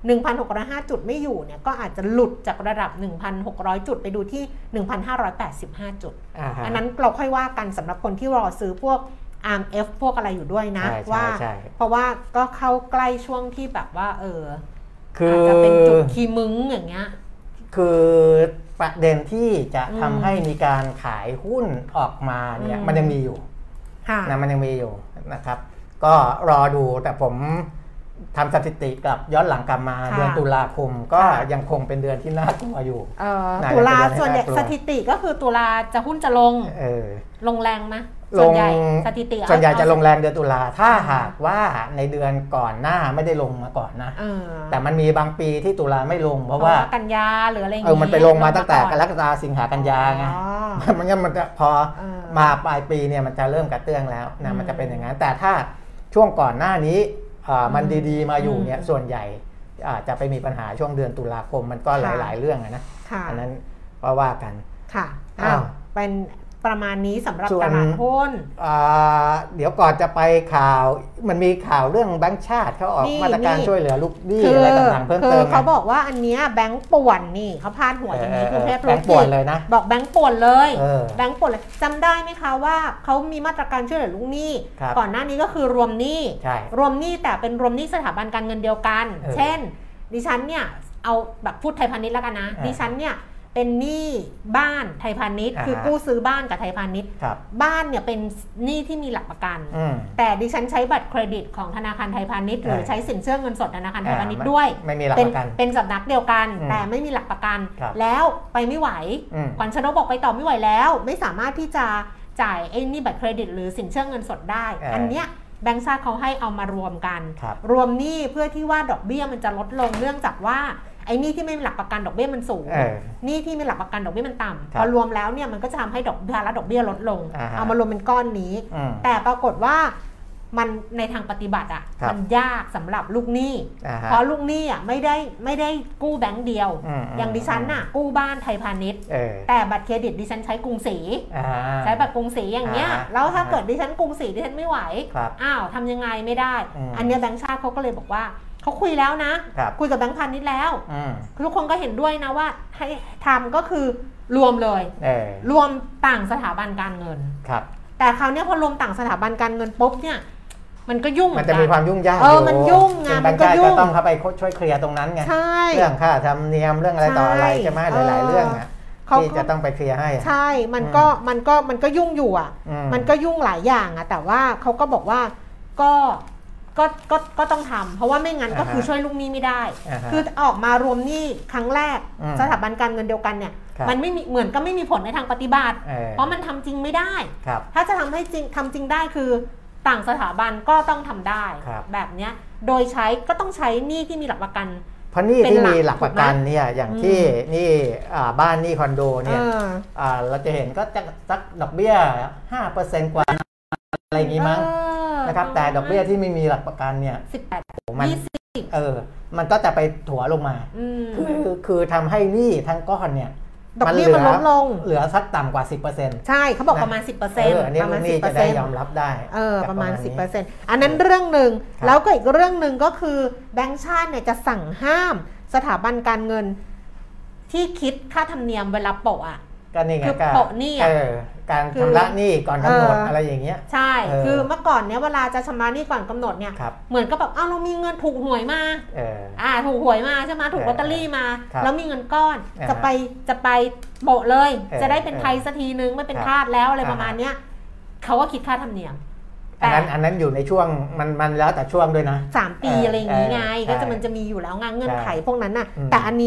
1,605 จุดไม่อยู่เนี่ยก็อาจจะหลุดจากระดับ 1,600 จุดไปดูที่ 1,585 จุดอันนั้นเราค่อยว่ากันสำหรับคนที่รอซื้อพวก RMF พวกอะไรอยู่ด้วยนะว่าเพราะว่าก็เข้าใกล้ช่วงที่แบบว่าอาจจะเป็นจุดคีย์มึงอย่างเงี้ยคือประเด็นที่จะทำให้มีการขายหุ้นออกมาเนี่ยมันยังมีอยู่นะมันยังมีอยู่นะครับก็รอดูแต่ผมทำสถิติกับย้อนหลังกลับมาเดือนตุลาคมก็ยังคงเป็นเดือนที่น่ากลัวอยู่ตุลาส่วนใหญ่สถิติก็คือตุลาจะหุ้นจะลงแรงไหมส่วนใหญ่สถิติส่วนใหญ่จะลงแรงเดือนตุลาถ้าหากว่าในเดือนก่อนหน้าไม่ได้ลงมาก่อนนะแต่มันมีบางปีที่ตุลาไม่ลงเพราะว่ากันยาหรืออะไรอย่างเงี้ยมันไปลงมาตั้งแต่กรกฎาคมสิงหากันยาไงมันจะพอมาปลายปีเนี่ยมันจะเริ่มกระเตื้องแล้วนะมันจะเป็นอย่างนั้นแต่ถ้าช่วงก่อนหน้านี้มันดีๆมาอยู่เนี่ยส่วนใหญ่จะไปมีปัญหาช่วงเดือนตุลาคมมันก็หลายๆเรื่องนะอันนั้นก็ว่ากันค่ะเป็นประมาณนี้สำหรับตลาดหุ้นเดี๋ยวก่อนจะไปข่าวมันมีข่าวเรื่องแบงก์ชาติเขาออกมาตรการช่วยเหลือลูกหนี้อะไรต่างๆเพิ่มเติมเขาบอกว่าอันนี้แบงก์ป่วนนี่เขาพาดหัวอย่างนี้คุณเทพธุรกิจเลยนะบอกแบงก์ป่วนเลยแบงก์ป่วนเลยจำได้ไหมคะว่าเขามีมาตรการช่วยเหลือลูกหนี้ก่อนหน้านี้ก็คือรวมหนี้แต่เป็นรวมหนี้สถาบันการเงินเดียวกันเช่นดิฉันเนี่ยเอาแบบพูดไทยพาณิชย์แล้วกันนะดิฉันเนี่ยเป็นหนี้บ้านไทยพาณิชย์คือกู้ซื้อบ้านกับไทยพาณิชย์บ้านเนี่ยเป็นหนี้ที่มีหลักประกันแต่ดิฉันใช้บัตรเครดิตของธนาคารไทยพาณิชย์หรือใช้สินเชื่อเงินสดธนาคารไทยพาณิชย์ด้วยเป็นสำนักเดียวกันแต่ไม่มีหลักประกันแล้วไปไม่ไหวขวัญชนกบอกไปต่อไม่ไหวแล้วไม่สามารถที่จะจ่ายไอ้นี่บัตรเครดิตหรือสินเชื่อเงินสดได้อันเนี้ยแบงก์ชาติเขาให้เอามารวมกันรวมหนี้เพื่อที่ว่าดอกเบี้ยมันจะลดลงเนื่องจากว่าไอ้นี่ที่ไม่มีหลักประกันดอกเบี้ยมันสูงนี่ที่มีหลักประกันดอกเบี้ยมันต่ำพอรวมแล้วเนี่ยมันก็จะทำให้ภาระดอกเบี้ยลดลงเอามารวมเป็นก้อนนี้แต่ปรากฏว่ามันในทางปฏิบัติมันยากสำหรับลูกหนี้เพราะลูกหนี้ไม่ได้กู้แบงก์เดียวอย่างดิฉันกู้บ้านไทยพาณิชย์แต่บัตรเครดิตดิฉันใช้กรุงศรีใช้บัตรกรุงศรีอย่างเงี้ยแล้วถ้าเกิดดิฉันกรุงศรีดิฉันไม่ไหวทำยังไงไม่ได้อันนี้แบงก์ชาติเขาก็เลยบอกว่าเขาคุยแล้วนะคุยกับแบงก์พาณิชย์แล้วทุกคนก็เห็นด้วยนะว่าให้ทำก็คือรวมเลยรวมต่างสถาบันการเงินแต่คราวนี้พอรวมต่างสถาบันการเงินปุ๊บเนี่ยมันก็ยุ่งมันจะมีความยุ่งยากมันยุ่งไงมันก็ยุ่งต้องเข้าไปช่วยเคลียร์ตรงนั้นไงเรื่องค่าธรรมเนียมเรื่องอะไรต่ออะไรใช่ไหมหลายๆเรื่องที่จะต้องไปเคลียร์ให้ใช่มันก็ยุ่งอยู่มันก็ยุ่งหลายอย่างแต่ว่าเขาก็บอกว่าก็ต้องทำเพราะว่าไม่งั้นก็คือช่วยลูกหนี้ไม่ได้คือออกมารวมหนี้ครั้งแรกสถาบันการเงินเดียวกันเนี่ยมันไม่มีเหมือนก็ไม่มีผลในทางปฏิบัติเพราะมันทำจริงไม่ได้ถ้าจะทำจริงได้คือต่างสถาบันก็ต้องทำได้แบบเนี้ยโดยใช้ก็ต้องใช้หนี้ที่มีหลักประกันเพราะหนี้ที่มีหลักประกันเนี่ยอย่างที่นี่บ้านหนี้คอนโดเนี่ยเราจะเห็นก็จะสักดอกเบี้ย 5% กว่าอะไรอย่างงี้มั้งนะครับแต่ดอกเบี้ยที่ไม่มีหลักประกันเนี่ย 18 20 มันก็จะไปถัวลงมาคือทำให้หนี้ทั้งก้อนเนี่ยดอกเบี้ยมันลดลงเหลือสักต่ำกว่า 10% ใช่เขาบอกประมาณ 10% อันนี้ลูกหนี้จะได้ยอมรับได้ประมาณ 10% อันนั้นเรื่องนึงแล้วก็อีกเรื่องนึงก็คือแบงก์ชาติเนี่ยจะสั่งห้ามสถาบันการเงินที่คิดค่าธรรมเนียมเวลาโปะก็นี่ไงคือโปะหนี้การชำระหนี้ก่อนกำหนดอะไรอย่างเงี้ยใช่คือเมื่อก่อนเนี้ยเวลาจะชำระหนี้ก่อนกำหนดเนี่ยเหมือนกับแบบเรามีเงินถูกหวยมาถูกหวยมาใช่ไหมถูกลอตเตอรี่มาแล้วมีเงินก้อนจะไปโปะเลยจะได้เป็นไทยสักทีนึงไม่เป็นทาสแล้วอะไรประมาณเนี้ยเขาก็คิดค่าธรรมเนียมอันนั้นอยู่ในช่วงมันแล้วแต่ช่วงด้วยนะ 3 ปีอะไรอย่างงี้ไงก็จะมันจะมีอยู่แล้วงานเงื่อนไขพวกนั้นน่ะแต่อันนี้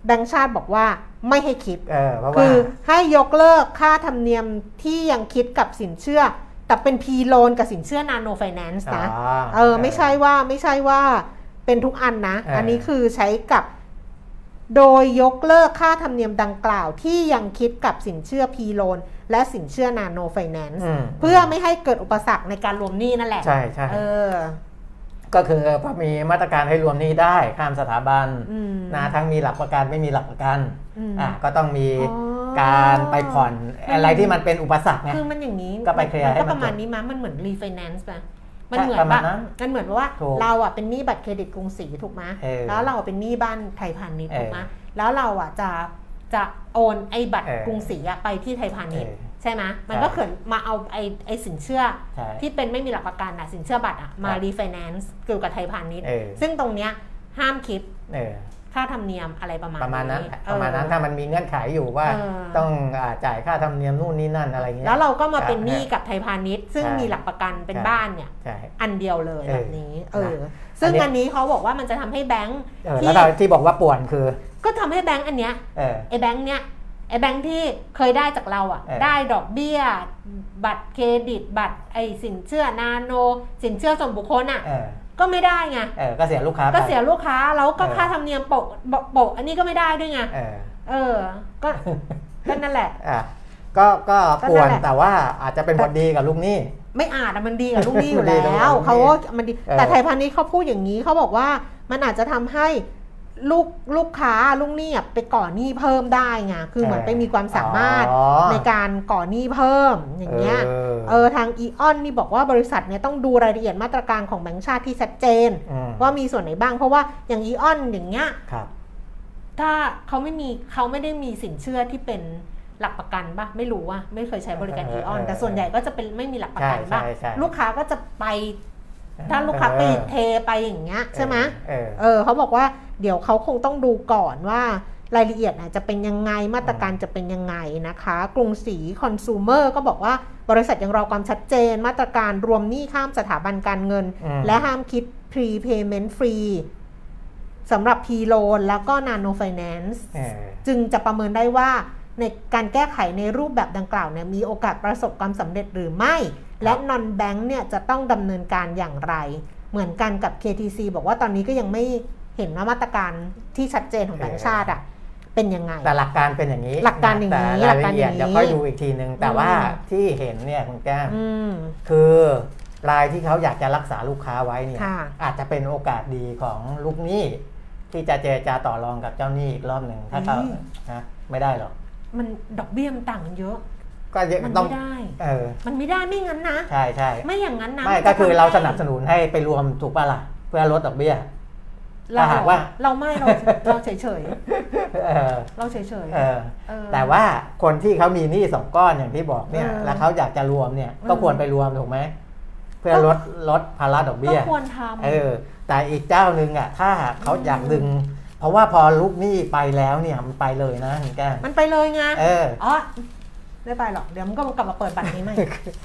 แบงก์ชาติบอกว่าไม่ให้คิดคือให้ยกเลิกค่าธรรมเนียมที่ยังคิดกับสินเชื่อแต่เป็น P loan กับสินเชื่อ Nano Finance นะไม่ใช่ว่าเป็นทุกอันนะอันนี้คือใช้กับโดยยกเลิกค่าธรรมเนียมดังกล่าวที่ยังคิดกับสินเชื่อ P loan และสินเชื่อ Nano Finance เพื่อไม่ให้เกิดอุปสรรคในการรวมหนี้นั่นแหละใช่ก็คือพอมีมาตรการให้รวมหนี้ได้ข้ามสถาบันนะทั้งมีหลักประกันไม่มีหลักประกันก็ต้องมีการไปผ่อนอะไรที่มันเป็นอุปสรรคไงคือมันอย่างนี้ก็ไปเคลียร์ให้มันก็ประมาณนี้มั้ยมันเหมือนรีไฟแนนซ์ป่ะมันเหมือนว่าเราอ่ะเป็นหนี้บัตรเครดิตกรุงศรีถูกมั้ยแล้วเราเป็นหนี้บ้านไทยพาณิชย์ถูกมั้ยแล้วเราอ่ะจะโอนไอ้บัตรกรุงศรีไปที่ไทยพาณิชย์ใช่ไหมมันก็เกิดมาเอาไอ้สินเชื่อที่เป็นไม่มีหลักประกันอะสินเชื่อบัตรอะมารีไฟแนนซ์เกี่ยวกับไทยพาณิชย์ซึ่งตรงเนี้ยห้ามคิดค่าธรรมเนียมอะไรประมาณนั้นถ้ามันมีเงื่อนไขอยู่ว่าต้องจ่ายค่าธรรมเนียมนู่นนี่นั่นอะไรเงี้ยแล้วเราก็มาเป็นหนี้กับไทยพาณิชย์ซึ่งมีหลักประกันเป็นบ้านเนี่ยอันเดียวเลยแบบนี้ซึ่งอันนี้เขาบอกว่ามันจะทำให้แบงค์ที่บอกว่าป่วนคือก็ทำให้แบงค์อันเนี้ยไอ้แบงค์เนี้ยไอ้แบงค์ที่เคยได้จากเราอ่ะได้ดอกเบี้ยบัตรเครดิตบัตรไอ้สินเชื่อนาโนสินเชื่อส่วนบุคคลอ่ะก็ไม่ได้ไงก็เสียลูกค้าแล้วก็ค่าธรรมเนียมโปะอันนี้ก็ไม่ได้ด้วยไงก็นั่นแหละก็ป่วนแต่ว่าอาจจะเป็นผลดีกับลูกหนี้ไม่อาจมันดีกับลูกหนี้อยู่แล้วเขามันดีแต่ไทยพาณิชย์เขาพูดอย่างนี้เขาบอกว่ามันอาจจะทำให้ลูกค้าลูกหนี้ไปก่อหนี้เพิ่มได้ไงคือเหมือนไปมีความสามารถในการก่อหนี้เพิ่มอย่างเงี้ยทางอีออนนี่บอกว่าบริษัทเนี่ยต้องดูรายละเอียดมาตรการของแบงก์ชาติที่ชัดเจนว่ามีส่วนไหนบ้างเพราะว่าอย่างอีออนอย่างเงี้ยถ้าเขาไม่ได้มีสินเชื่อที่เป็นหลักประกันป่ะไม่รู้ว่าไม่เคยใช้บริการอีออนแต่ส่วนใหญ่ก็จะเป็นไม่มีหลักประกันป่ะลูกค้าก็จะไปถ้าลูกค้าไปเทไปอย่างเงี้ยใช่ไหมเขาบอกว่าเดี๋ยวเขาคงต้องดูก่อนว่ารายละเอียดจะเป็นยังไงมาตรการจะเป็นยังไงนะคะกรุงศรีคอน sumer ก็บอกว่าบริษัทยังรอความชัดเจนมาตรการรวมหนี้ข้ามสถาบันการเงินและห้ามคิด prepayment free สำหรับ P loan แล้วก็ Nano Finance จึงจะประเมินได้ว่าในการแก้ไขในรูปแบบดังกล่าวเนี่ยมีโอกาสประสบความสำเร็จหรือไม่และ non bank เนี่ยจะต้องดำเนินการอย่างไรเหมือนกันกับ KTC บอกว่าตอนนี้ก็ยังไม่เห็นว่ามาตรการที่ชัดเจนของแบงก์ชาติอ่ะเป็นยังไงแต่หลักการเป็นอย่างนี้หลักการอย่างนี้รายละเอียดจะค่อยดูอีกทีนึงแต่ว่าที่เห็นเนี่ยคุณแก้มคือรายที่เขาอยากจะรักษาลูกค้าไว้เนี่ยอาจจะเป็นโอกาสดีของลูกหนี้ที่จะเจรจาต่อรองกับเจ้าหนี้อีกรอบหนึ่งถ้าเขาไม่ได้หรอกมันดอกเบี้ยมันต่างกันเยอะก็มันไม่ได้มันไม่ได้ไม่งั้นนะใช่ใช่ไม่อย่างนั้นนะไม่ก็คือเราสนับสนุนให้ไปรวมถูกป่ะล่ะเพื่อลดดอกเบี้ยเราหากว่าเราเฉยเฉยเราเฉยเฉยแต่ว่าคนที่เขามีหนี้2ก้อนอย่างที่บอกเนี่ยแล้วเขาอยากจะรวมเนี่ยก็ควรไปรวมถูกไหมเพื่อลดภาระดอกเบี้ยก็ควรทำแต่อีกเจ้านึงอ่ะถ้าเขาอยากดึงเพราะว่าพอลูกหนี้ไปแล้วเนี่ยมันไปเลยนะคุณแก้มมันไปเลยไงไม่ไปหรอกเดี๋ยวมันก็กลับมาเปิดบัตรนี้ใหม่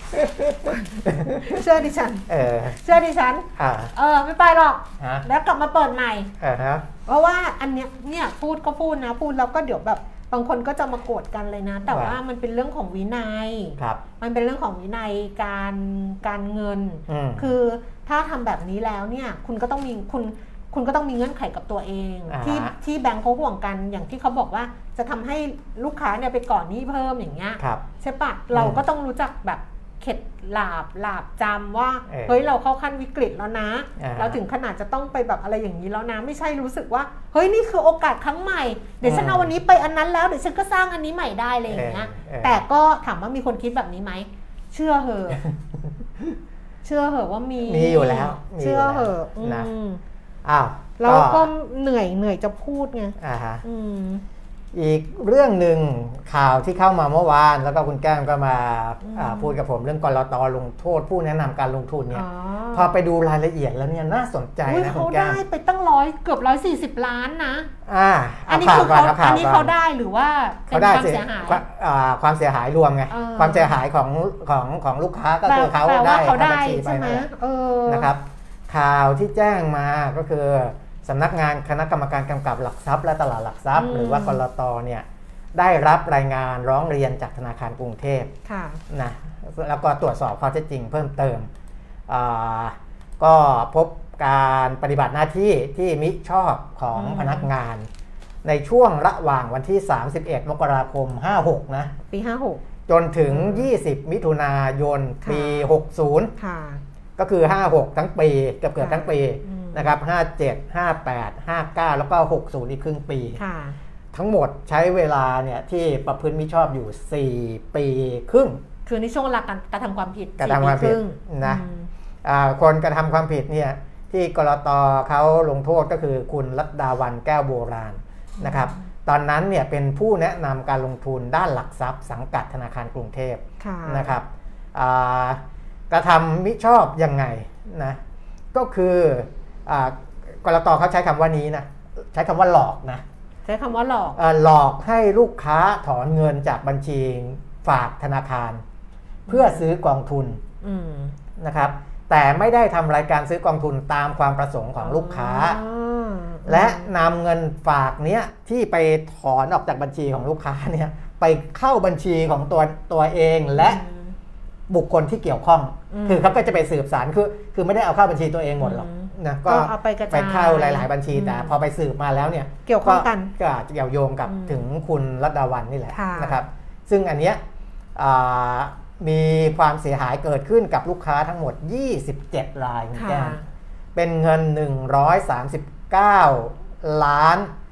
เชื่อดิฉันเชื่อดิฉันไม่ไปหรอกแล้วกลับมาเปิดใหม่เพราะว่าอันเนี้ยเนี่ยพูดก็พูดนะพูดแล้วก็เดี๋ยวแบบบางคนก็จะมาโกรธกันเลยนะแต่ว่ามันเป็นเรื่องของวินัยมันเป็นเรื่องของวินัยการเงินคือถ้าทำแบบนี้แล้วเนี่ยคุณก็ต้องมีคุณก็ต้องมีเงื่อนไขกับตัวเองที่แบงค์เขาห่วงกันอย่างที่เขาบอกว่าจะทำให้ลูกค้าเนี่ยไปก่อนหนี้เพิ่มอย่างเงี้ยใช่ปะเราก็ต้องรู้จักแบบเข็ดหลาบจำว่าเฮ้ยเราเข้าขั้นวิกฤตแล้วนะเราถึงขนาดจะต้องไปแบบอะไรอย่างนี้แล้วนะไม่ใช่รู้สึกว่าเฮ้ยนี่คือโอกาสครั้งใหม่เดี๋ยวฉันเอาวันนี้ไปอันนั้นแล้วเดี๋ยวฉันก็สร้างอันนี้ใหม่ได้เลยอย่างเงี้ยแต่ก็ถามว่ามีคนคิดแบบนี้ไหมเชื่อเหอะว่ามีอยู่แล้วเชื่อเหอะนะเราก็เหนื่อยจะพูดไงอีกเรื่องหนึ่งข่าวที่เข้ามาเมื่อวานแล้วก็คุณแก้มก็มาพูดกับผมเรื่องกลต.ลงโทษผู้แนะนำการลงทุนเนี่ยพอไปดูรายละเอียดแล้วเนี่ยน่าสนใจนะคุณแก้มเขาได้ไปตั้งเกือบ140 ล้านนะอันนี้คือเขาได้หรือว่าเป็นความเสียหายความเสียหายรวมไงความเสียหายของลูกค้าก็คือเขาได้ใช่ไหมนะครับข่าวที่แจ้งมาก็คือสำนักงานคณะกรรมการกำกับหลักทรัพย์และตลาดหลักทรัพย์หรือว่ากลต.เนี่ยได้รับรายงานร้องเรียนจากธนาคารกรุงเทพนะแล้วก็ตรวจสอบข้อเท็จจริงเพิ่มเติมก็พบการปฏิบัติหน้าที่ที่มิชอบของพนักงานในช่วงระหว่างวันที่31 มกราคม 56นะปี 56 จนถึง20 มิถุนายนปี 60ก็คือ56ทั้งปีเกือบทั้งปีนะครับ57 58 59แล้วก็60อีกครึ่งปีทั้งหมดใช้เวลาเนี่ยที่ประพฤติมิชอบอยู่4 ปีครึ่งคือในช่วงเวลาการกระทำความผิดกระทำความผิดนะคนกระทำความผิดเนี่ยที่กลต.เขาลงโทษก็คือคุณรัตดาวันแก้วโบราณนะครับตอนนั้นเนี่ยเป็นผู้แนะนำการลงทุนด้านหลักทรัพย์สังกัดธนาคารกรุงเทพนะครับกระทำมิชอบยังไงนะก็คือกลต.เขาใช้คำว่านี้นะใช้คำว่าหลอกนะใช้คำว่าหลอกหลอกให้ลูกค้าถอนเงินจากบัญชีฝากธนาคารเพื่อซื้อกองทุนนะครับแต่ไม่ได้ทำรายการซื้อกองทุนตามความประสงค์ของลูกค้าและนำเงินฝากเนี้ยที่ไปถอนออกจากบัญชีของลูกค้าเนี่ยไปเข้าบัญชีของตัวเองและบุคคลที่เกี่ยวข้องคือเขาก็จะไปสืบสารคือไม่ได้เอาเข้าบัญชีตัวเองหมดหรอกนะก็ไปเข้าหลายๆบัญชีแต่พอไปสืบมาแล้วเนี่ยเกี่ยวข้องกันก็เกี่ยวโยงกับถึงคุณรัตดาวันนี่แหละนะครับซึ่งอันเนี้ยมีความเสียหายเกิดขึ้นกับลูกค้าทั้งหมด27 รายแก้เป็นเงิน139 ล้าน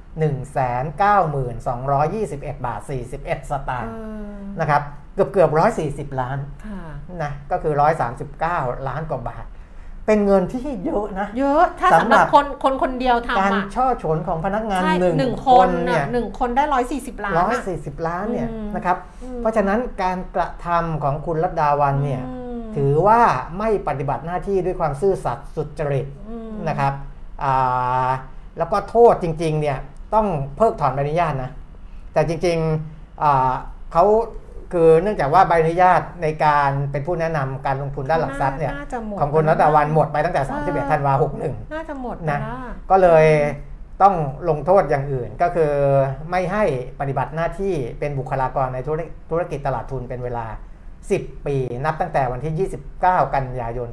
1,991,221 บาท 41 สตางค์นะครับเกือบ140 ล้านนะก็คือ139 ล้านกว่าบาทเป็นเงินที่เยอะนะเยอะถ้าสำหรับคนเดียวทำการช่อฉนของพนักงาน1 คนเนี่ย 1 คนได้140 ล้าน 140 ล้านเนี่ยนะครับเพราะฉะนั้นการกระทำของคุณรัตดาวันเนี่ยถือว่าไม่ปฏิบัติหน้าที่ด้วยความซื่อสัตย์สุจริตนะครับแล้วก็โทษจริงๆเนี่ยต้องเพิกถอนใบอนุญาตนะแต่จริงๆเขาคือเนื่องจากว่าใบอนุญาตในการเป็นผู้แนะนำการลงทุนด้านหลักทรัพย์เนี่ยของคุณรัตดาวันหมดไปตั้งแต่31 ธันวาคม 61 น่าจะหมดนะก็เลยต้องลงโทษอย่างอื่นก็คือไม่ให้ปฏิบัติหน้าที่เป็นบุคลากรในธุรกิจตลาดทุนเป็นเวลา10 ปีนับตั้งแต่วันที่29 กันยายน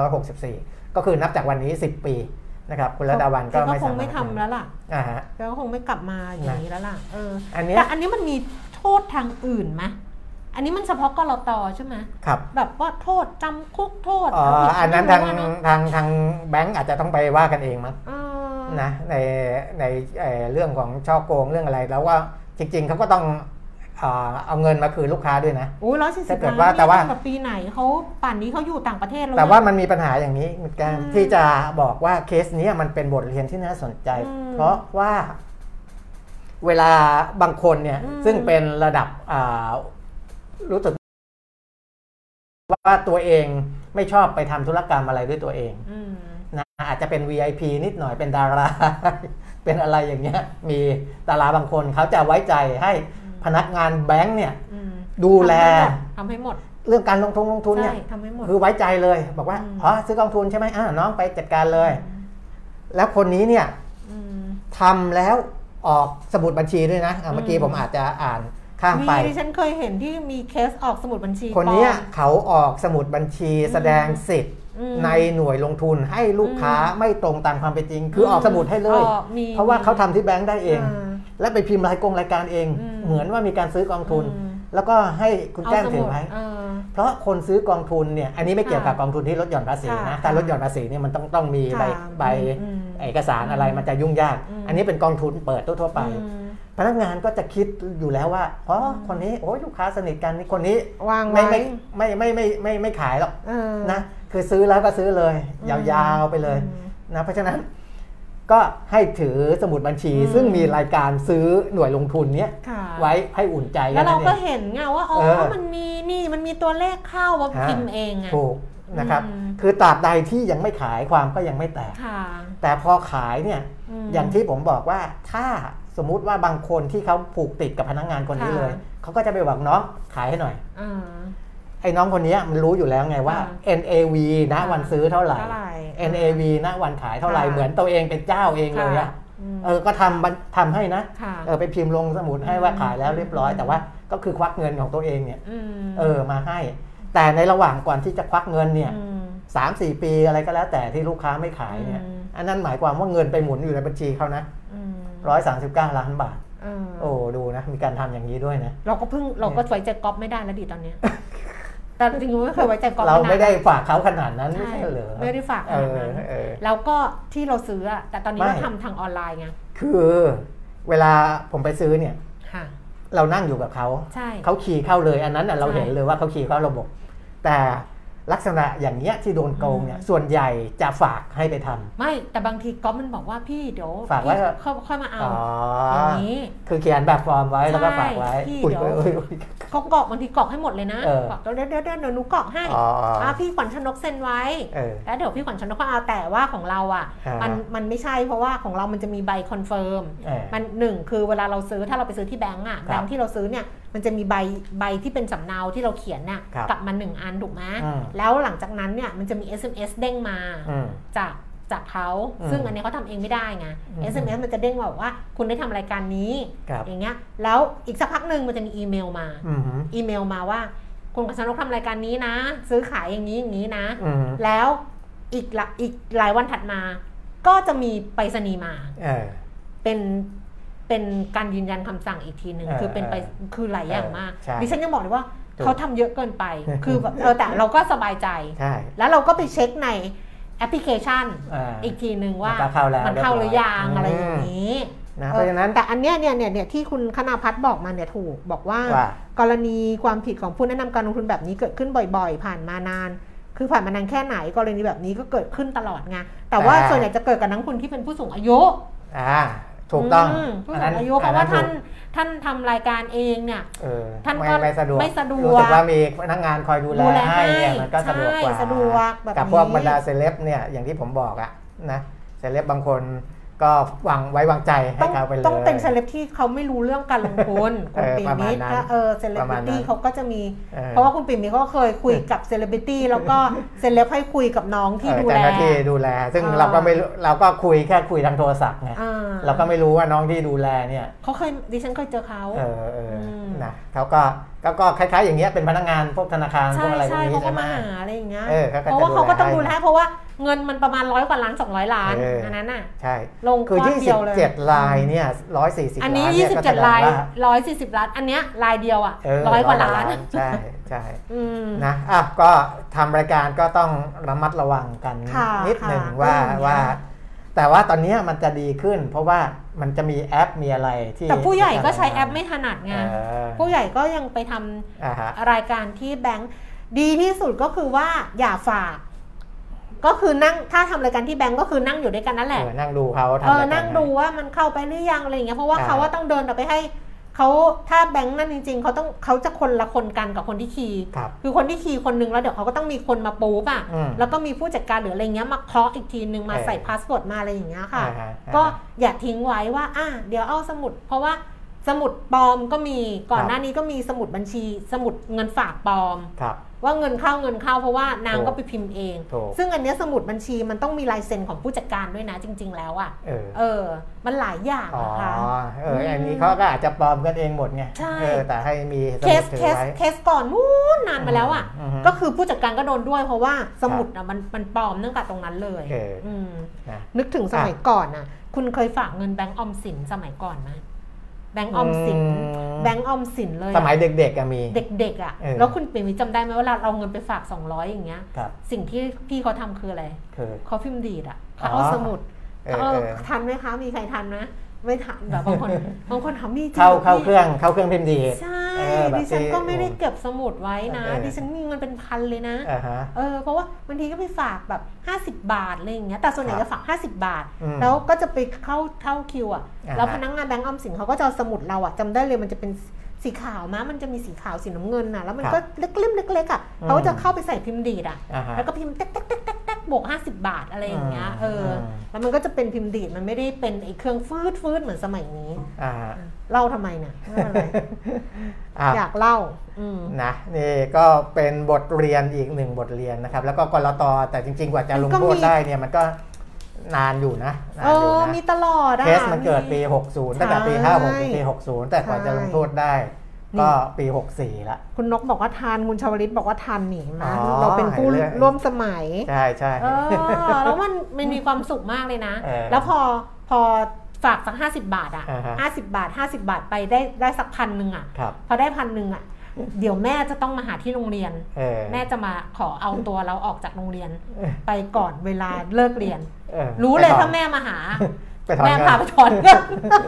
2564ก็คือนับจากวันนี้10 ปีนะครับคุณรัตดาวันก็คงไม่ทำแล้วล่ะก็คงไม่กลับมาอย่างนี้แล้วล่ะแต่อันนี้มันมีโทษทางอื่นไหมอันนี้มันเฉพาะกลต.ใช่ไหมครับแบบว่าโทษจำคุกโทษอันนั้นทางแบงก์อาจจะต้องไปว่ากันเองมั้งนะในเรื่องของช่อโกงเรื่องอะไรแล้วว่าจริงๆเขาก็ต้องเอาเงินมาคืนลูกค้าด้วยนะโอ้ย140 ล้านแต่ว่าปีไหนเขาป่านนี้เขาอยู่ต่างประเทศแล้วแต่ว่ามันมีปัญหาอย่างนี้เหมือนกันที่จะบอกว่าเคสนี้มันเป็นบทเรียนที่น่าสนใจเพราะว่าเวลาบางคนเนี่ยซึ่งเป็นระดับรู้สึกว่าตัวเองไม่ชอบไปทำธุรกรรมอะไรด้วยตัวเองนะอาจจะเป็น VIP นิดหน่อยเป็นดารา เป็นอะไรอย่างเงี้ยมีดาราบางคนเขาจะไว้ใจให้พนักงานแบงค์เนี่ยดูแลทำให้หมดเรื่องการลงทุนเนี่ยคือไว้ใจเลยบอกว่าซื้อกองทุนใช่ไหมน้องไปจัดการเลยแล้วคนนี้เนี่ยทำแล้วออกสมุดบัญชีด้วยนะเมื่อกี้ผมอาจจะอ่านข้ามไปฉันเคยเห็นที่มีเคสออกสมุดบัญชีคนนี้เขาออกสมุดบัญชีแสดงสิทธิ์ในหน่วยลงทุนให้ลูกค้าไม่ตรงตามความเป็นจริงคือออกสมุดให้เลยเพราะว่าเขาทำที่แบงค์ได้เองและไปพิมพ์รายการเองเหมือนว่ามีการซื้อกองทุนแล้วก็ให้คุณแจ้งถือไว้เพราะคนซื้อกองทุนเนี่ยอันนี้ไม่เกี่ยวกับกองทุนที่ลดหย่อนภาษีนะการลดหย่อนภาษีเนี่ยมันต้องมีใบเอกสารอะไรมันจะยุ่งยากอันนี้เป็นกองทุนเปิดทั่วไปพนักงานก็จะคิดอยู่แล้วว่าเพราะคนนี้โอ้ยลูกค้าสนิทกันนี่คนนี้วางไว้ไม่ขายหรอกนะคือซื้อแล้วก็ซื้อเลยยาวๆไปเลยนะเพราะฉะนั้นก็ให้ถือสมุดบัญชีซึ่งมีรายการซื้อหน่วยลงทุนเนี้ยไว้ให้อุ่นใจแล้วเราก็เห็นไงว่ามันมีตัวเลขเข้าว่าพิมพ์เองไงถูกนะครับคือตราบใดที่ยังไม่ขายความก็ยังไม่แตกแต่พอขายเนี่ยอย่างที่ผมบอกว่าถ้าสมมุติว่าบางคนที่เขาผูกติดกับพนักงานคนนี้เลยเขาก็จะไปบอกน้องขายให้หน่อยไอ้น้องคนนี้มันรู้อยู่แล้วไงว่า NAV ณวันซื้อเท่าไหร่ NAV ณวันขายเท่าไหร่เหมือนตัวเองเป็นเจ้าเองเลยอะก็ทำให้นะไปพิมพ์ลงสมุดให้ว่าขายแล้วเรียบร้อยแต่ว่าก็คือควักเงินของตัวเองเนี่ยมาให้แต่ในระหว่างก่อนที่จะควักเงินเนี่ย3-4 ปีอะไรก็แล้วแต่ที่ลูกค้าไม่ขายเนี่ยอันนั้นหมายความว่าเงินไปหมุนอยู่ในบัญชีเขานะ139 ล้านบาทโอ้ดูนะมีการทำอย่างนี้ด้วยนะเราก็ไว้ใจก๊อปไม่ได้แล้วดิตอนนี้แต่จริงๆไม่เคยไว้ใจก๊อปเราไม่ได้ฝากเขาขนาดนั้นไม่ใช่เหรอไม่ได้ฝากขนาดนั้นแล้วก็ที่เราซื้อแต่ตอนนี้เราทำทางออนไลน์ไงคือเวลาผมไปซื้อเนี่ยเรานั่งอยู่กับเขาเขาขี่เข้าเลยอันนั้นเราเห็นเลยว่าเขาขี่เข้าระบบแต่ลักษณะอย่างเงี้ยที่โดนโกงเนี่ยส่วนใหญ่จะฝากให้ไปทำไม่แต่บางทีก๊อปมันบอกว่าพี่เดี๋ยวฝากไว้ค่อยมาเอาอย่างนี้คือเขียนแบบฟอร์มไว้แล้วก็ฝากไว้เขากรอกบางทีกรอกให้หมดเลยนะเดี๋ยวหนูกรอกให้พี่ขวัญชนกเซ็นไว้แล้วเดี๋ยวพี่ขวัญชนกก็เอาแต่ว่าของเราอ่ะมันไม่ใช่เพราะว่าของเรามันจะมีใบคอนเฟิร์มมัน1คือเวลาเราซื้อถ้าเราไปซื้อที่แบงก์อ่ะแบงก์ที่เราซื้อเนี่ยมันจะมีใบที่เป็นสำเนาที่เราเขียนน่ะกลับมา1 อันถูกไหมแล้วหลังจากนั้นเนี่ยมันจะมี SMS เด้งมาจากเขาซึ่งอันนี้เขาทำเองไม่ได้ไง SMS มันจะเด้งมาบอกว่าคุณได้ทำรายการนี้อย่างเงี้ยแล้วอีกสักพักหนึ่งมันจะมีอีเมลมาว่าคุณขวัญชนกทำรายการนี้นะซื้อขายอย่างนี้นะแล้วอีกหลายวันถัดมาก็จะมีไปรษณีย์มาเป็นการยืนยันคำสั่งอีกทีหนึ่งคือหลายอย่างมากดิฉันยังบอกเลยว่าเขาทำเยอะเกินไปคือแบบแต่เราก็สบายใจแล้วเราก็ไปเช็คในแอปพลิเคชันอีกทีหนึ่งว่ามันเข้าหรือยังอะไรอย่างนี้เพราะฉะนั้นแต่อันเนี้ยที่คุณคณาพัฒน์บอกมาเนี่ยถูกบอกว่ากรณีความผิดของผู้แนะนำการลงทุนแบบนี้เกิดขึ้นบ่อยๆผ่านมานานคือผ่านมานานแค่ไหนกรณีแบบนี้ก็เกิดขึ้นตลอดไงแต่ว่าส่วนใหญ่จะเกิดกับนักลงทุนที่เป็นผู้สูงอายุถูกต้องผู้สูงอายุเพราะว่าท่านทำรายการเองเนี่ยท่านก็ไม่สะดวกรู้สึกว่ามีพนักงานคอยดูแลให้เนี่ยมันก็สะดวกกว่ากับพวกบรรดาเซเลบเนี่ยอย่างที่ผมบอกอะนะเซเลบบางคนก็ไว้วางใจให้เขาไปเลยต้องเป็นเซเลบที่เขาไม่รู้เรื่องการลงทุนคุณปิ่มมิตรเซเลบริตี้เขาก็จะมีเพราะว่าคุณปิ่มมิตรเขาเคยคุยกับเซเลบริตี้แล้วก็เซเลบให้คุยกับน้องที่ดูแลซึ่งเราก็คุยแค่คุยทางโทรศัพท์ไงเราก็ไม่รู้ว่าน้องที่ดูแลเนี่ยเขาเคยดิฉันเคยเจอเขานะเขาก็คล้ายๆอย่างเงี้ยเป็นพนักงานพวกธนาคารพวกอะไรพวกนี้ใช่ไหมอะไรอย่างเงี้ยเพราะว่าเขาก็ต้องดูแลเพราะว่าเงินมันประมาณ100 กว่าล้าน200 ล้านอันนั้นน่ะใช่ลงก้อนเดียวเลย27 ลายเนี่ย140 ล้านอันนี้27 ลาย140 ล้านอันเนี้ยลายเดียวอ่ะ100 กว่าล้านใช่นะก็ทำรายการก็ต้องระมัดระวังกันนิดหนึ่งว่าแต่ว่าตอนนี้มันจะดีขึ้นเพราะว่ามันจะมีแอปมีอะไรที่แต่ผู้ใหญ่ก็ใช้แอปไม่ถนัดไงผู้ใหญ่ก็ยังไปทำรายการที่แบงค์ดีที่สุดก็คือว่าอย่าฝากก็คือนั่งถ้าทำรายการที่แบงก์ก็คือนั่งอยู่ด้วยกันนั่นแหละนั่งดูเขานั่งดูว่ามันเข้าไปหรือยังอะไรอย่างเงี้ยเพราะว่าเขาว่าต้องเดินไปให้เขาถ้าแบงก์นั่นจริงๆเขาจะคนละคนกันกับคนที่คีย์คือคนที่คีย์คนนึงแล้วเดี๋ยวเขาก็ต้องมีคนมาปูป่ะแล้วก็มีผู้จัดการหรืออะไรเงี้ยมาเคาะอีกทีนึงมาใส่พาสเวิร์ดมาอะไรอย่างเงี้ยค่ะก็อย่าทิ้งไว้ว่าเดี๋ยวเอาสมุดเพราะว่าสมุดปลอมก็มีก่อนหน้านี้ก็มีสมุดบัญชีสมุดเงินฝากปลอมว่าเงินเข้าเพราะว่านางก็ไปพิมพ์เองซึ่งอันนี้สมุดบัญชีมันต้องมีลายเซ็นของผู้จัดการด้วยนะจริงๆแล้วมันหลายอย่างนะคะอันนี้เขาก็อาจจะปลอมกันเองหมดไงแต่ให้มีสมุดถือไว้เคสก่อนนู้นนานมาแล้วก็คือผู้จัดการก็โดนด้วยเพราะว่าสมุดมันปลอมเนื่องจากตรงนั้นเลยนึกถึงสมัยก่อนคุณเคยฝากเงินแบงก์ออมสินสมัยก่อนไหมแบงก์ออมสินเลยสมัยเด็กๆมีเด็กๆแล้วคุณปิ่มมิตรจำได้ไหมว่าเราเงินไปฝาก200อย่างเงี้ยสิ่งที่พี่เขาทำคืออะไรเขาพิมพ์ดีดเขาเอาสมุดทันไหมคะมีใครทันไหมไม่ทันแบบบางคนทำมีเข้าเครื่องพิมพ์ดีใช่ดิฉันก็ไม่ได้เก็บสมุดไว้นะดิฉันมีเงินเป็นพันเลยนะเพราะว่าบางทีก็ไปฝากแบบ50 บาทอะไรอย่างเงี้ยแต่ส่วนใหญ่จะฝาก50 บาทแล้วก็จะไปเข้าคิวแล้วพนักงานแบงก์ออมสินเขาก็จะสมุดเราจำได้เลยมันจะเป็นสีขาวมันจะมีสีขาวสีน้ำเงินแล้วมันก็เล็กๆเขาจะเข้าไปใส่พิมพ์ดีดแล้วก็พิมพ์แต๊กบวก50 บาทอะไรอย่างเงี้ยแล้วมันก็จะเป็นพิมพ์ดีดมันไม่ได้เป็นไอ้เครื่องฟืดเหมือนสมัยนี้เล่าทำไมเนี่ยอยากเล่านะนี่ก็เป็นบทเรียนอีก1บทเรียนนะครับแล้วก็กลต.แต่จริงๆกว่าจะลงโทษได้เนี่ยมันก็นานอยู่นะมีตลอดเคสมันเกิดปี60ตั้งแต่ปี56ถึงปี60แต่กว่าจะลงโทษได้ก็ปี64ละคุณนกบอกว่าทันคุณชวลิตบอกว่าทันนี่นะเราเป็นผู้ร่วมสมัยใช่ใช่แล้วมันมีความสุขมากเลยนะแล้วพอฝากสัก50 บาทอ่ะ50 บาท50 บาทไปได้สัก1,000อ่ะพอได้1,000อ่ะเดี๋ยวแม่จะต้องมาหาที่โรงเรียนแม่จะมาขอเอาตัวเราออกจากโรงเรียนไปก่อนเวลาเลิกเรียนรู้เลยถ้าแม่มาหาแม่พาไปถอนเงิน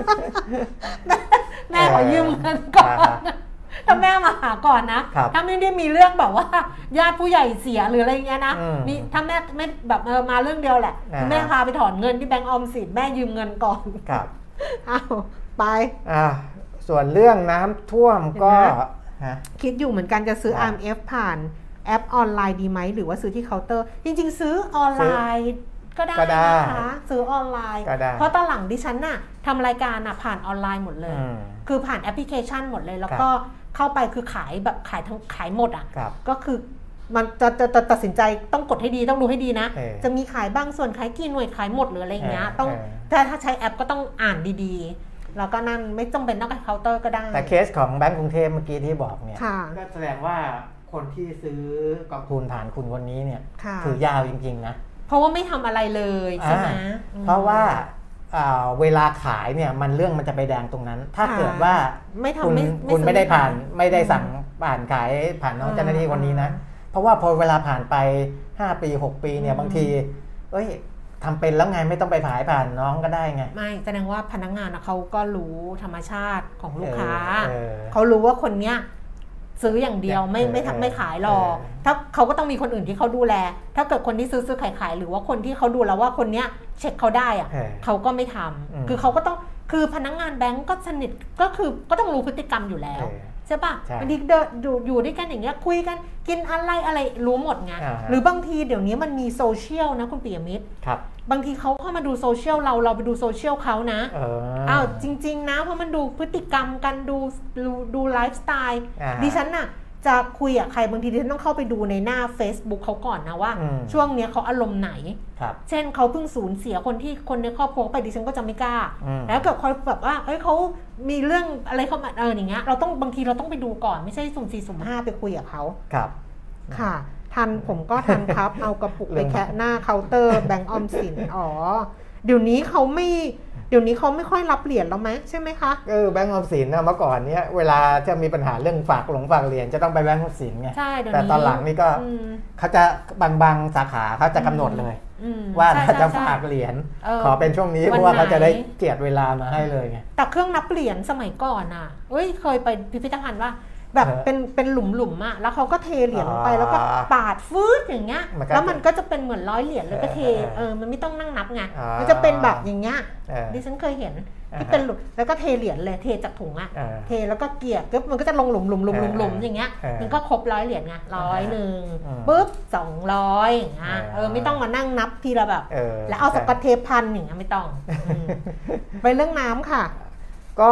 แม่ขอยืมเงินก่อนถ้าแม่มาหาก่อนนะถ้าไม่ได้มีเรื่องแบบว่าญาติผู้ใหญ่เสียหรืออะไรเงี้ยนะมีถ้าแม่ไม่แบบมาเรื่องเดียวแหละแม่พาไปถอนเงินที่แบงก์ออมสินแม่ยืมเงินก่อนครับอ้าวไปส่วนเรื่องน้ำท่วมก็คิดอยู่เหมือนกันจะซื้อ RMF ผ่านแอปออนไลน์ดีไหมหรือว่าซื้อที่เคาน์เตอร์จริงๆซื้อออนไลน์ก็ได้นะคะซื้อออนไลน์เพราะตอนหลังดิฉันน่ะทำรายการน่ะผ่านออนไลน์หมดเลยคือผ่านแอปพลิเคชันหมดเลยแล้วก็เข้าไปคือขายแบบขายหมดอ่ะก็คือมันจะตัดสินใจต้องกดให้ดีต้องดูให้ดีนะจะมีขายบางส่วนขายกี่หน่วยขายหมดหรืออะไรเงี้ยต้องถ้าใช้แอปก็ต้องอ่านดีๆแล้วก็นั่นไม่จำเป็นต้องไปเคาน์เตอร์ก็ได้แต่เคสของแบงก์กรุงเทพเมื่อกี้ที่บอกเนี่ยก็แสดงว่าคนที่ซื้อกองทุนผ่านคุณคนนี้เนี่ยถือยาวจริงๆนะเพราะว่าไม่ทำอะไรเลยใช่ไหมเพราะว่าเวลาขายเนี่ยเรื่องมันจะไปแดงตรงนั้นถ้าเกิดว่าคุณไม่ได้ผ่านไม่ได้สั่งผ่านขายผ่านน้องเจ้าหน้าที่คนนี้นะเพราะว่าพอเวลาผ่านไป5 ปี 6 ปีเนี่ยบางทีทำเป็นแล้วไงไม่ต้องไปผ่านน้องก็ได้ไงไม่แสดงว่าพนักงานเขาก็รู้ธรรมชาติของลูกค้าเขารู้ว่าคนเนี้ยซื้ออย่างเดียวไม่ขายหรอกถ้าเขาก็ต้องมีคนอื่นที่เขาดูแลถ้าเกิดคนที่ซื้อขายหรือว่าคนที่เขาดูแล้วว่าคนเนี้ยเช็คเขาได้อะเขาก็ไม่ทำคือเขาก็ต้องคือพนักงานแบงก์ก็สนิทก็คือก็ต้องรู้พฤติกรรมอยู่แล้วใช่ป่ะบางทีอยู่ด้วยกันอย่างเงี้ยคุยกันกินอะไรรู้หมดไงหรือบางทีเดี๋ยวนี้มันมีโซเชียลนะคุณปิยมิตรบางทีเขาเข้ามาดูโซเชียลเราไปดูโซเชียลเขานะจริงๆนะเพราะมันดูพฤติกรรมกันดูไลฟ์สไตล์ดิฉันน่ะจะคุยกับใครบางทีดิฉันต้องเข้าไปดูในหน้า Facebook เขาก่อนนะว่าช่วงนี้เขาอารมณ์ไหนเช่นเขาเพิ่งสูญเสียคนในครอบครัวไปดิฉันก็จะไม่กล้าแล้วเกิดเขาแบบว่าเขามีเรื่องอะไรเข้ามาอย่างเงี้ยเราต้องบางทีเราต้องไปดูก่อนไม่ใช่สุ่ม 4 สุ่ม 5ไปคุยกับเขาครับค่ะทันผมก็ทันครับเอากระปุกไปแคะหน้าเคาน์เตอร์แบงก์ออมสินเดี๋ยวนี้เขาไม่ค่อยรับเหรียญแล้วไหมใช่ไหมคะแบงก์ออมสินนะเมื่อก่อนเนี้ยเวลาจะมีปัญหาเรื่องฝากเหรียญจะต้องไปแบงก์ออมสินไงแต่ตอนหลังนี่ก็เขาจะบางสาขาเขาจะกำหนดเลยว่าถ้าจะฝากเหรียญขอเป็นช่วงนี้เพราะว่าเขาจะได้เจียดเวลามาให้เลยไงแต่เครื่องนับเหรียญสมัยก่อนอ่ะเคยไปพิพิธภัณฑ์ว่าแบบเป็นหลุมๆอะแล้วเขาก็เทเหรียญลงไปแล้วก็ปาดฟืดอย่างเงี้ยแล้วมันก็จะเป็นเหมือน100 เหรียญแล้วก็เทมันไม่ต้องนั่งนับไงมันจะเป็นแบบอย่างเงี้ยดิฉันเคยเห็นที่เป็นหลุมแล้วก็เทเหรียญเลยเทจากถุงอะเทแล้วก็เกี่ยปุ๊บมันก็จะลงหลุมอย่างเงี้ยมันก็ครบ100 เหรียญไง100ปุ๊บ200อย่างเงี้ยไม่ต้องมานั่งนับทีละแบบแล้วเอาสกอตเทปพันอย่างเงี้ยไม่ต้องไปเรื่องน้ำค่ะก็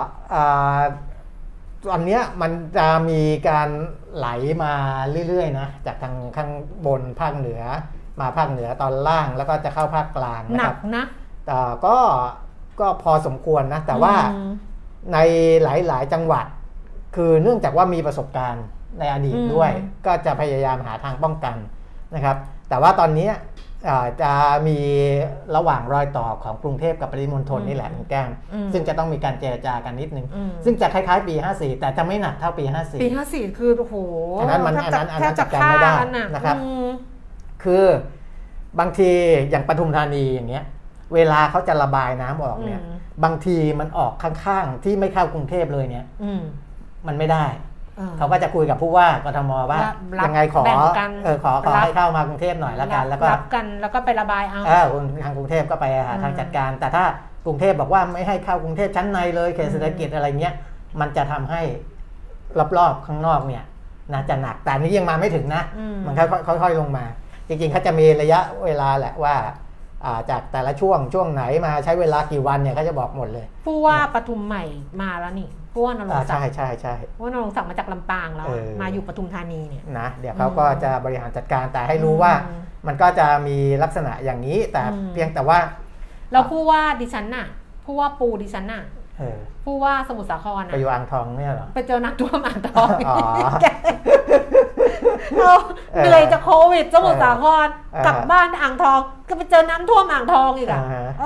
ตอนนี้มันจะมีการไหลมาเรื่อยๆนะจากทางข้างบนภาคเหนือมาภาคเหนือตอนล่างแล้วก็จะเข้าภาคกลางนะครับหนักนะก็พอสมควรนะแต่ว่าในหลายๆจังหวัดคือเนื่องจากว่ามีประสบการณ์ในอดีตด้วยก็จะพยายามหาทางป้องกันนะครับแต่ว่าตอนนี้จะมีระหว่างรอยต่อของกรุงเทพกับปริมณฑลนี่แหละคุณแก้มซึ่งจะต้องมีการเจรจากันนิดนึงซึ่งจะคล้ายๆปี54แต่จะไม่หนักเท่าปี54 ปี54คือโอ้โหอันนั้นจัดการไม่ได้นะครับคือบางทีอย่างปทุมธานีอย่างเงี้ยเวลาเขาจะระบายน้ำออกเนี่ยบางทีมันออกข้างๆที่ไม่เข้ากรุงเทพเลยเนี่ยมันไม่ได้เขาก็จะคุยกับผู้ว่ากทมว่ายังไงขอให้เข้ามากรุงเทพหน่อยแล้วกันแล้วก็รับกันแล้วก็ไประบายเอาทางกรุงเทพก็ไปหาทางจัดการแต่ถ้ากรุงเทพบอกว่าไม่ให้เข้ากรุงเทพชั้นในเลยเขตเศรษฐกิจอะไรเงี้ยมันจะทำให้รอบๆข้างนอกเนี่ยน่าจะหนักแต่นี้ยังมาไม่ถึงนะมันค่อยๆลงมาจริงๆเขาจะมีระยะเวลาแหละว่าจากแต่ละช่วงไหนมาใช้เวลากี่วันเนี่ยเขาจะบอกหมดเลยผู้ว่าปทุมใหม่มาแล้วนี่ผู้ว่านรงค์ศักดิ์ใช่ผู้ว่านรงค์ศักดิ์มาจากลำปางแล้วมาอยู่ปทุมธานีเนี่ยนะเดี๋ยวเขาก็จะบริหารจัดการแต่ให้รู้ว่ามันก็จะมีลักษณะอย่างนี้แต่เพียงแต่ว่าเราผู้ว่าดิฉันน่ะผู้ว่าปูดิฉันน่ะผู้ว่าสมุทรสาครไปอยู่อ่างทองเนี่ยเหรอไปเจอนักท่วมอ่างทองเหนื่อยจากโควิดสมุทรสาครกลับบ้านอ่างทองก็ไปเจอน้ำท่วมอ่างทองอีก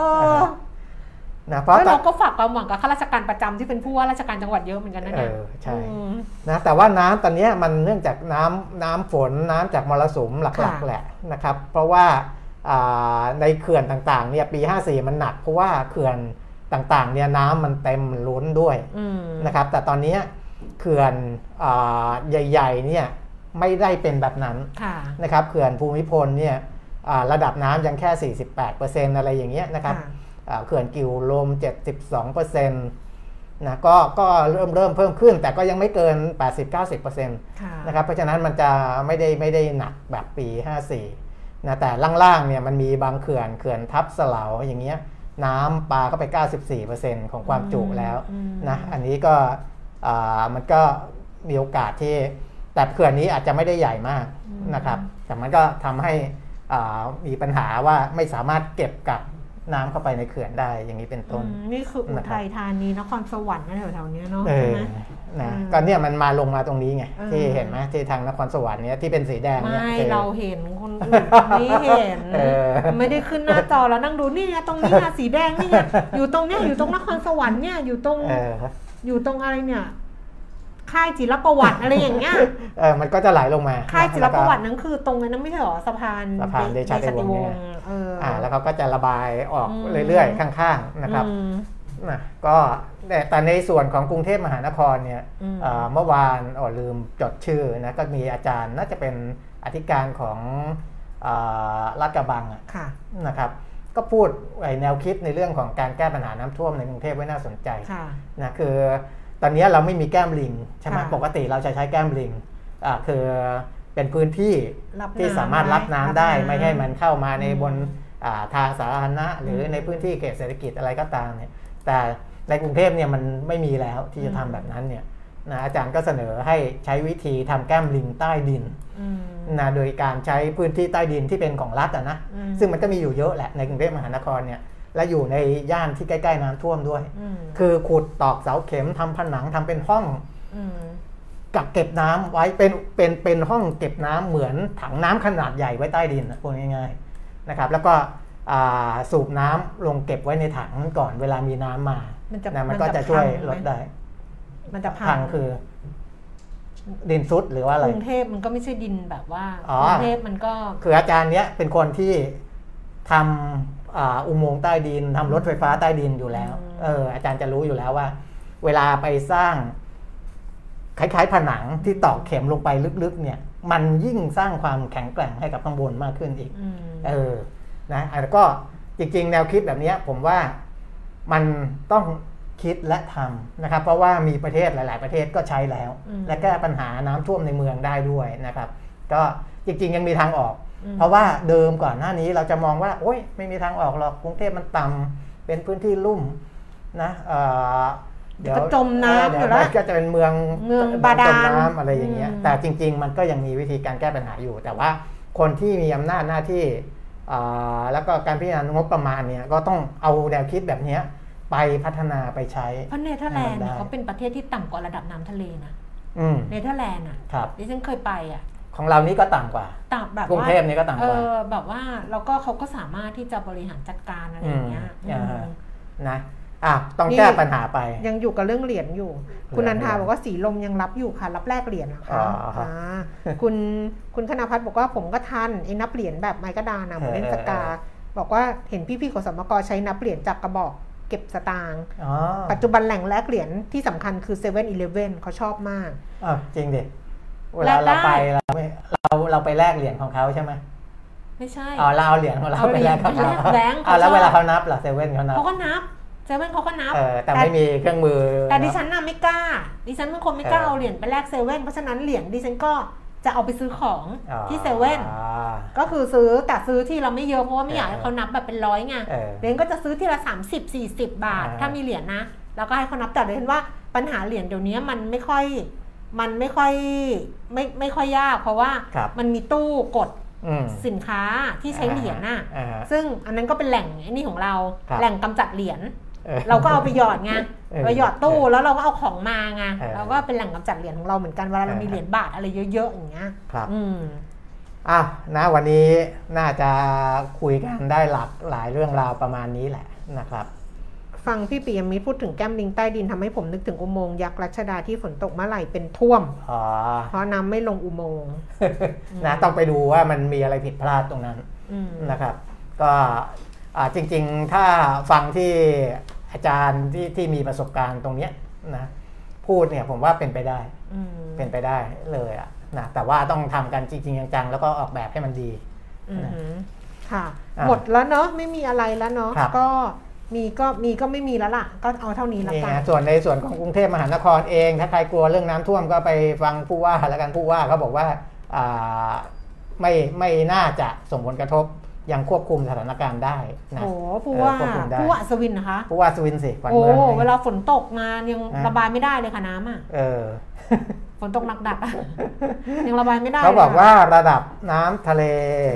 นะเพราะเราก็ฝากความหวังกับข้าราชการประจำที่เป็นผู้ว่าราชการจังหวัดเยอะเหมือนกันนะเนี่ยใช่นะแต่ว่าน้ำตอนนี้มันเนื่องจากน้ำฝนน้ำจากมรสุมหลักๆแหละนะครับเพราะว่าในเขื่อนต่างๆเนี่ยปี54มันหนักเพราะว่าเขื่อนต่างๆเนี่ยน้ำมันเต็มล้นด้วยนะครับแต่ตอนนี้เขื่อนใหญ่ๆเนี่ยไม่ได้เป็นแบบนั้นนะครับเขื่อนภูมิพลเนี่ยระดับน้ำยังแค่ 48% อะไรอย่างเงี้ยนะครับเขื่อนกิ่วลม 72% นะก็เริ่มเพิ่มขึ้นแต่ก็ยังไม่เกิน 80-90% นะครับเพราะฉะนั้นมันจะไม่ได้หนักแบบปี 54นะแต่ล่างๆเนี่ยมันมีบางเขื่อนทับเสลาอย่างเงี้ยน้ำปลาก็ไป 94% ของความจุแล้วนะอันนี้ก็มันก็มีโอกาสที่แต่เขื่อนนี้อาจจะไม่ได้ใหญ่มากนะครับแต่มันก็ทำให้มีปัญหาว่าไม่สามารถเก็บกับน้ำเข้าไปในเขื่อนได้อย่างนี้เป็นต้นนี่คืออุทัยธานีนครสวรรค์แถวๆนี้เนาะใช่ไหมนะก็เนี่ยมันมาลงมาตรงนี้ไงที่เห็นไหมที่ทางนครสวรรค์เนี่ยที่เป็นสีแดงเนี่ยไม่เราเห็นคนอื่นไม่เห็นไม่ได้ขึ้นหน้าจอแล้วนั่งดูนี่ตรงนี้สีแดงนี่อยู่ตรงเนี้ยอยู่ตรงนครสวรรค์เนี่ยอยู่ตรงอะไรเนี่ยค่ายจิรประวัติอะไรอย่างเงี้ยมันก็จะไหลลงมาค่ายจิรประวัตินั้นคือตรงนั้นไม่ใช่หรอสะพานเดชาติวงศ์แล้วเขาก็จะระบายออกเรื่อยๆข้างๆนะครับก็แต่ในส่วนของกรุงเทพมหานครเนี่ยเมื่อวานลืมจดชื่อนะก็มีอาจารย์น่าจะเป็นอธิการของลาดกระบังนะครับก็พูดแนวคิดในเรื่องของการแก้ปัญหาน้ำท่วมในกรุงเทพไว้น่าสนใจนะคือตอนนี้เราไม่มีแก้มลิงใช่ไหมปกติเราจะใช้แก้มลิงคือเป็นพื้นที่ที่สามารถรับน้ำได้ไม่ให้มันเข้ามาในบนทางสาธารณะหรือในพื้นที่เขตเศรษฐกิจอะไรก็ตามเนี่ยแต่ในกรุงเทพเนี่ยมันไม่มีแล้วที่จะทำแบบนั้นเนี่ยนะอาจารย์ก็เสนอให้ใช้วิธีทำแก้มลิงใต้ดินนะโดยการใช้พื้นที่ใต้ดินที่เป็นของรัฐนะซึ่งมันก็มีอยู่เยอะแหละในกรุงเทพมหานครเนี่ยและอยู่ในย่านที่ใกล้ๆน้ำท่วมด้วยคือขุดตอกเสาเข็มทำผนังทำเป็นห้องกักเก็บน้ำไว้เป็นห้องเก็บน้ำเหมือนถังน้ำขนาดใหญ่ไว้ใต้ดินพูดง่ายๆนะครับแล้วก็สูบน้ำลงเก็บไว้ในถังก่อนเวลามีน้ำมามันก็จะช่วยลดได้มันจะพังคือดินซุดหรือว่าอะไรกรุงเทพมันก็ไม่ใช่ดินแบบว่ากรุงเทพมันก็คืออาจารย์เนี้ยเป็นคนที่ทำอุโมงค์ใต้ดินทำรถไฟฟ้าใต้ดินอยู่แล้วอาจารย์จะรู้อยู่แล้วว่าเวลาไปสร้างคล้ายๆผนังที่ตอกเข็มลงไปลึกๆเนี่ยมันยิ่งสร้างความแข็งแกร่งให้กับข้างบนมากขึ้นอีกนะแล้วก็จริงๆแนวคิดแบบนี้ผมว่ามันต้องคิดและทำนะครับเพราะว่ามีประเทศหลายๆประเทศก็ใช้แล้วและแก้ปัญหาน้ำท่วมในเมืองได้ด้วยนะครับก็จริงๆยังมีทางออกเพราะว่าเดิมก่อนหน้านี้เราจะมองว่าโอ๊ยไม่มีทางออกหรอกกรุงเทพมันต่ำเป็นพื้นที่ลุ่มนะเดี๋ยวจมน้ำอยู่แล้วก็จะเป็นเมืองบาดาลจมน้ำอะไรอย่างเงี้ยแต่จริงๆมันก็ยังมีวิธีการแก้ปัญหาอยู่แต่ว่าคนที่มีอำนาจหน้าที่แล้วก็การพิจารณางบประมาณเนี่ยก็ต้องเอาแนวคิดแบบนี้ไปพัฒนาไปใช้เพราะเนเธอร์แลนด์เขาเป็นประเทศที่ต่ำกว่าระดับน้ำทะเลนะเนเธอร์แลนด์ดิฉันเคยไปของเรานี้ก็ต่ำกว่าแบบกรุงเทพนี่ก็ต่ำกว่าแบบว่าแล้วก็เขาก็สามารถที่จะบริหารจัดการอะไรอย่างเงี้ยนะต้องแก้ปัญหาไปยังอยู่กับเรื่องเหรียญอยู่คุณนันทาบอกว่าสีลมยังรับอยู่ค่ะรับแลกเหรียญนะคะคุณธนภัทรบอกว่าผมก็ทันไอ้นับเหรียญแบบไม้กระดานนะเหมือนเล่นสกาบอกว่าเห็นพี่ๆของสมกใช้นับเหรียญจากกระบอกเก็บสตางค์ปัจจุบันแหล่งแลกเหรียญที่สำคัญคือ 7-Eleven เขาชอบมากจริงดิเวลาเราไปเราไปแลกเหรียญของเขาใช่ไหมไม่ใช่เราเอาเหรียญของเราไปแลกกับเขาแล้วเวลาเขานับล่ะ7เขานับเขาก็นับ7เขาก็นับแต่ไม่มีเครื่องมือแต่ดิฉันน่ะไม่กล้าดิฉันเป็นคนไม่กล้าเอาเหรียญไปแลก7เพราะฉะนั้นเหรียญดิฉันก็จะเอาไปซื้อของที่เซเว่นก็คือซื้อที่เราไม่เยอะเพราะว่าไม่อยากให้เขานับแบบเป็นร้อยไงเรนก็จะซื้อที่ละ30-40 บาทถ้ามีเหรียญนะแล้วก็ให้เขานับแต่เรนว่าปัญหาเหรียญเดี๋ยวนี้มันไม่ค่อยยากเพราะว่ามันมีตู้กดสินค้าที่ใช้เหรียญน่ะซึ่งอันนั้นก็เป็นแหล่งนี่ของเราแหล่งกำจัดเหรียญเราก็เอาไปหยอดไงไปหยอดตู้แล้วเราก็เอาของมาไงเราก็เป็นแหล่งกำจัดเหรียญของเราเหมือนกันเวลาเรามีเหรียญบาทอะไรเยอะๆอย่างเงี้ยครับนะวันนี้น่าจะคุยกันได้หลากหลายเรื่องราวประมาณนี้แหละนะครับฟังพี่ปิยมิตรพูดถึงแก้มลิงใต้ดินทำให้ผมนึกถึงอุโมงค์ยักษ์รัชดาที่ฝนตกเมื่อไหร่เป็นท่วมเพราะน้ำไม่ลงอุโมงค์นะต้องไปดูว่ามันมีอะไรผิดพลาดตรงนั้นนะครับก็จริงๆถ้าฟังที่อาจารย์ที่มีประสบการณ์ตรงนี้นะพูดเนี่ยผมว่าเป็นไปได้เลยนะแต่ว่าต้องทำกันจริงๆจังๆแล้วก็ออกแบบให้มันดีค่ะหมดแล้วเนาะไม่มีอะไรแล้วเนาะก็มีก็ไม่มีแล้วล่ะก็เอาเท่านี้ละกันส่วนในส่วนของกรุงเทพมหานครเองถ้าใครกลัวเรื่องน้ำท่วมก็ไปฟังผู้ว่าแล้วกันผู้ว่าเขาบอกว่าไม่น่าจะส่งผลกระทบยังควบคุมสถานการณ์ได้นะโอ้ผู้ว่าอัศวินนะคะผู้ว่าอัศวินสิโอ้เวลาฝนตกมายังระบายไม่ได้เลยค่ะน้ำฝนตกหนักๆยังระบายไม่ได้เขาบอกว่าระดับน้ำทะเล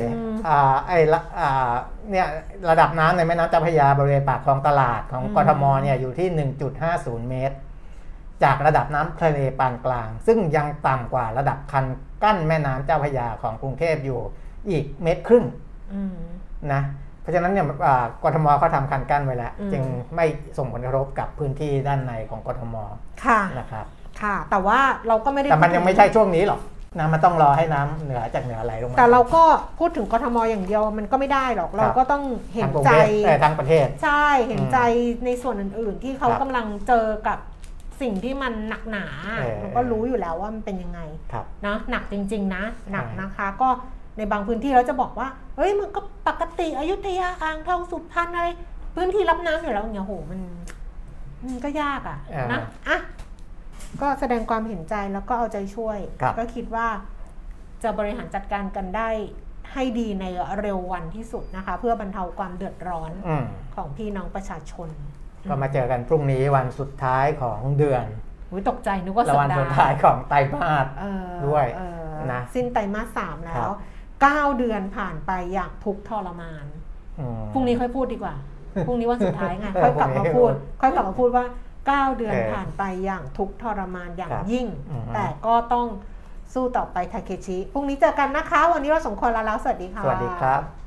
เนี่ยระดับน้ำในแม่น้ำเจ้าพระยาบริเวณปากคลองตลาดของกทมเนี่ยอยู่ที่ 1.50 เมตรจากระดับน้ำทะเลปานกลางซึ่งยังต่ำกว่าระดับคันกั้นแม่น้ำเจ้าพระยาของกรุงเทพอยู่อีก1.5 เมตรนะเพราะฉะนั้นเนี่ยกทมเขาทำคันกั้นไว้แล้วจึงไม่ส่งผลกระทบกับพื้นที่ด้านในของกทมนะครับค่ะแต่ว่าเราก็ไม่ได้แต่มันยังไม่ใช่ช่วงนี้หรอกนะมันต้องรอให้น้ำเหนือจากเหนือไหลลงมาแต่เราก็พูดถึงกทมอย่างเดียวมันก็ไม่ได้หรอกเราก็ต้องเห็นใจทั้งประเทศใช่เห็นใจในส่วนอื่นๆที่เขากำลังเจอกับสิ่งที่มันหนักหนาเราก็รู้อยู่แล้วว่ามันเป็นยังไงนะหนักจริงๆนะหนักนะคะก็ในบางพื้นที่เราจะบอกว่าเฮ้ยมันก็ปกติอยุธยาอ่างทองสุพรรณอะไรพื้นที่รับน้ำอยู่แล้วเนี่ยโหมันก็ยากนะก็แสดงความเห็นใจแล้วก็เอาใจช่วยก็คิดว่าจะบริหารจัดการกันได้ให้ดีในเร็ววันที่สุดนะคะเพื่อบรรเทาความเดือดร้อนของพี่น้องประชาชนก็มาเจอกันพรุ่งนี้วันสุดท้ายของเดือนตกใจนึกว่าสัปดาห์วันสุดท้ายของไตรมาสด้วยนะสิ้นไตรมาส 3แล้ว9 เดือนผ่านไปอย่างทุกข์ทรมานพรุ่งนี้ค่อยพูดดีกว่าพรุ่งนี้วันสุดท้ายไงค่อยกลับมาพูดว่า9 เดือนผ่านไปอย่างทุกข์ทรมานอย่างยิ่งแต่ก็ต้องสู้ต่อไปทาเคชิพรุ่งนี้เจอกันนะคะวันนี้เราสองคนลาแล้วสวัสดีค่ะสวัสดีครับ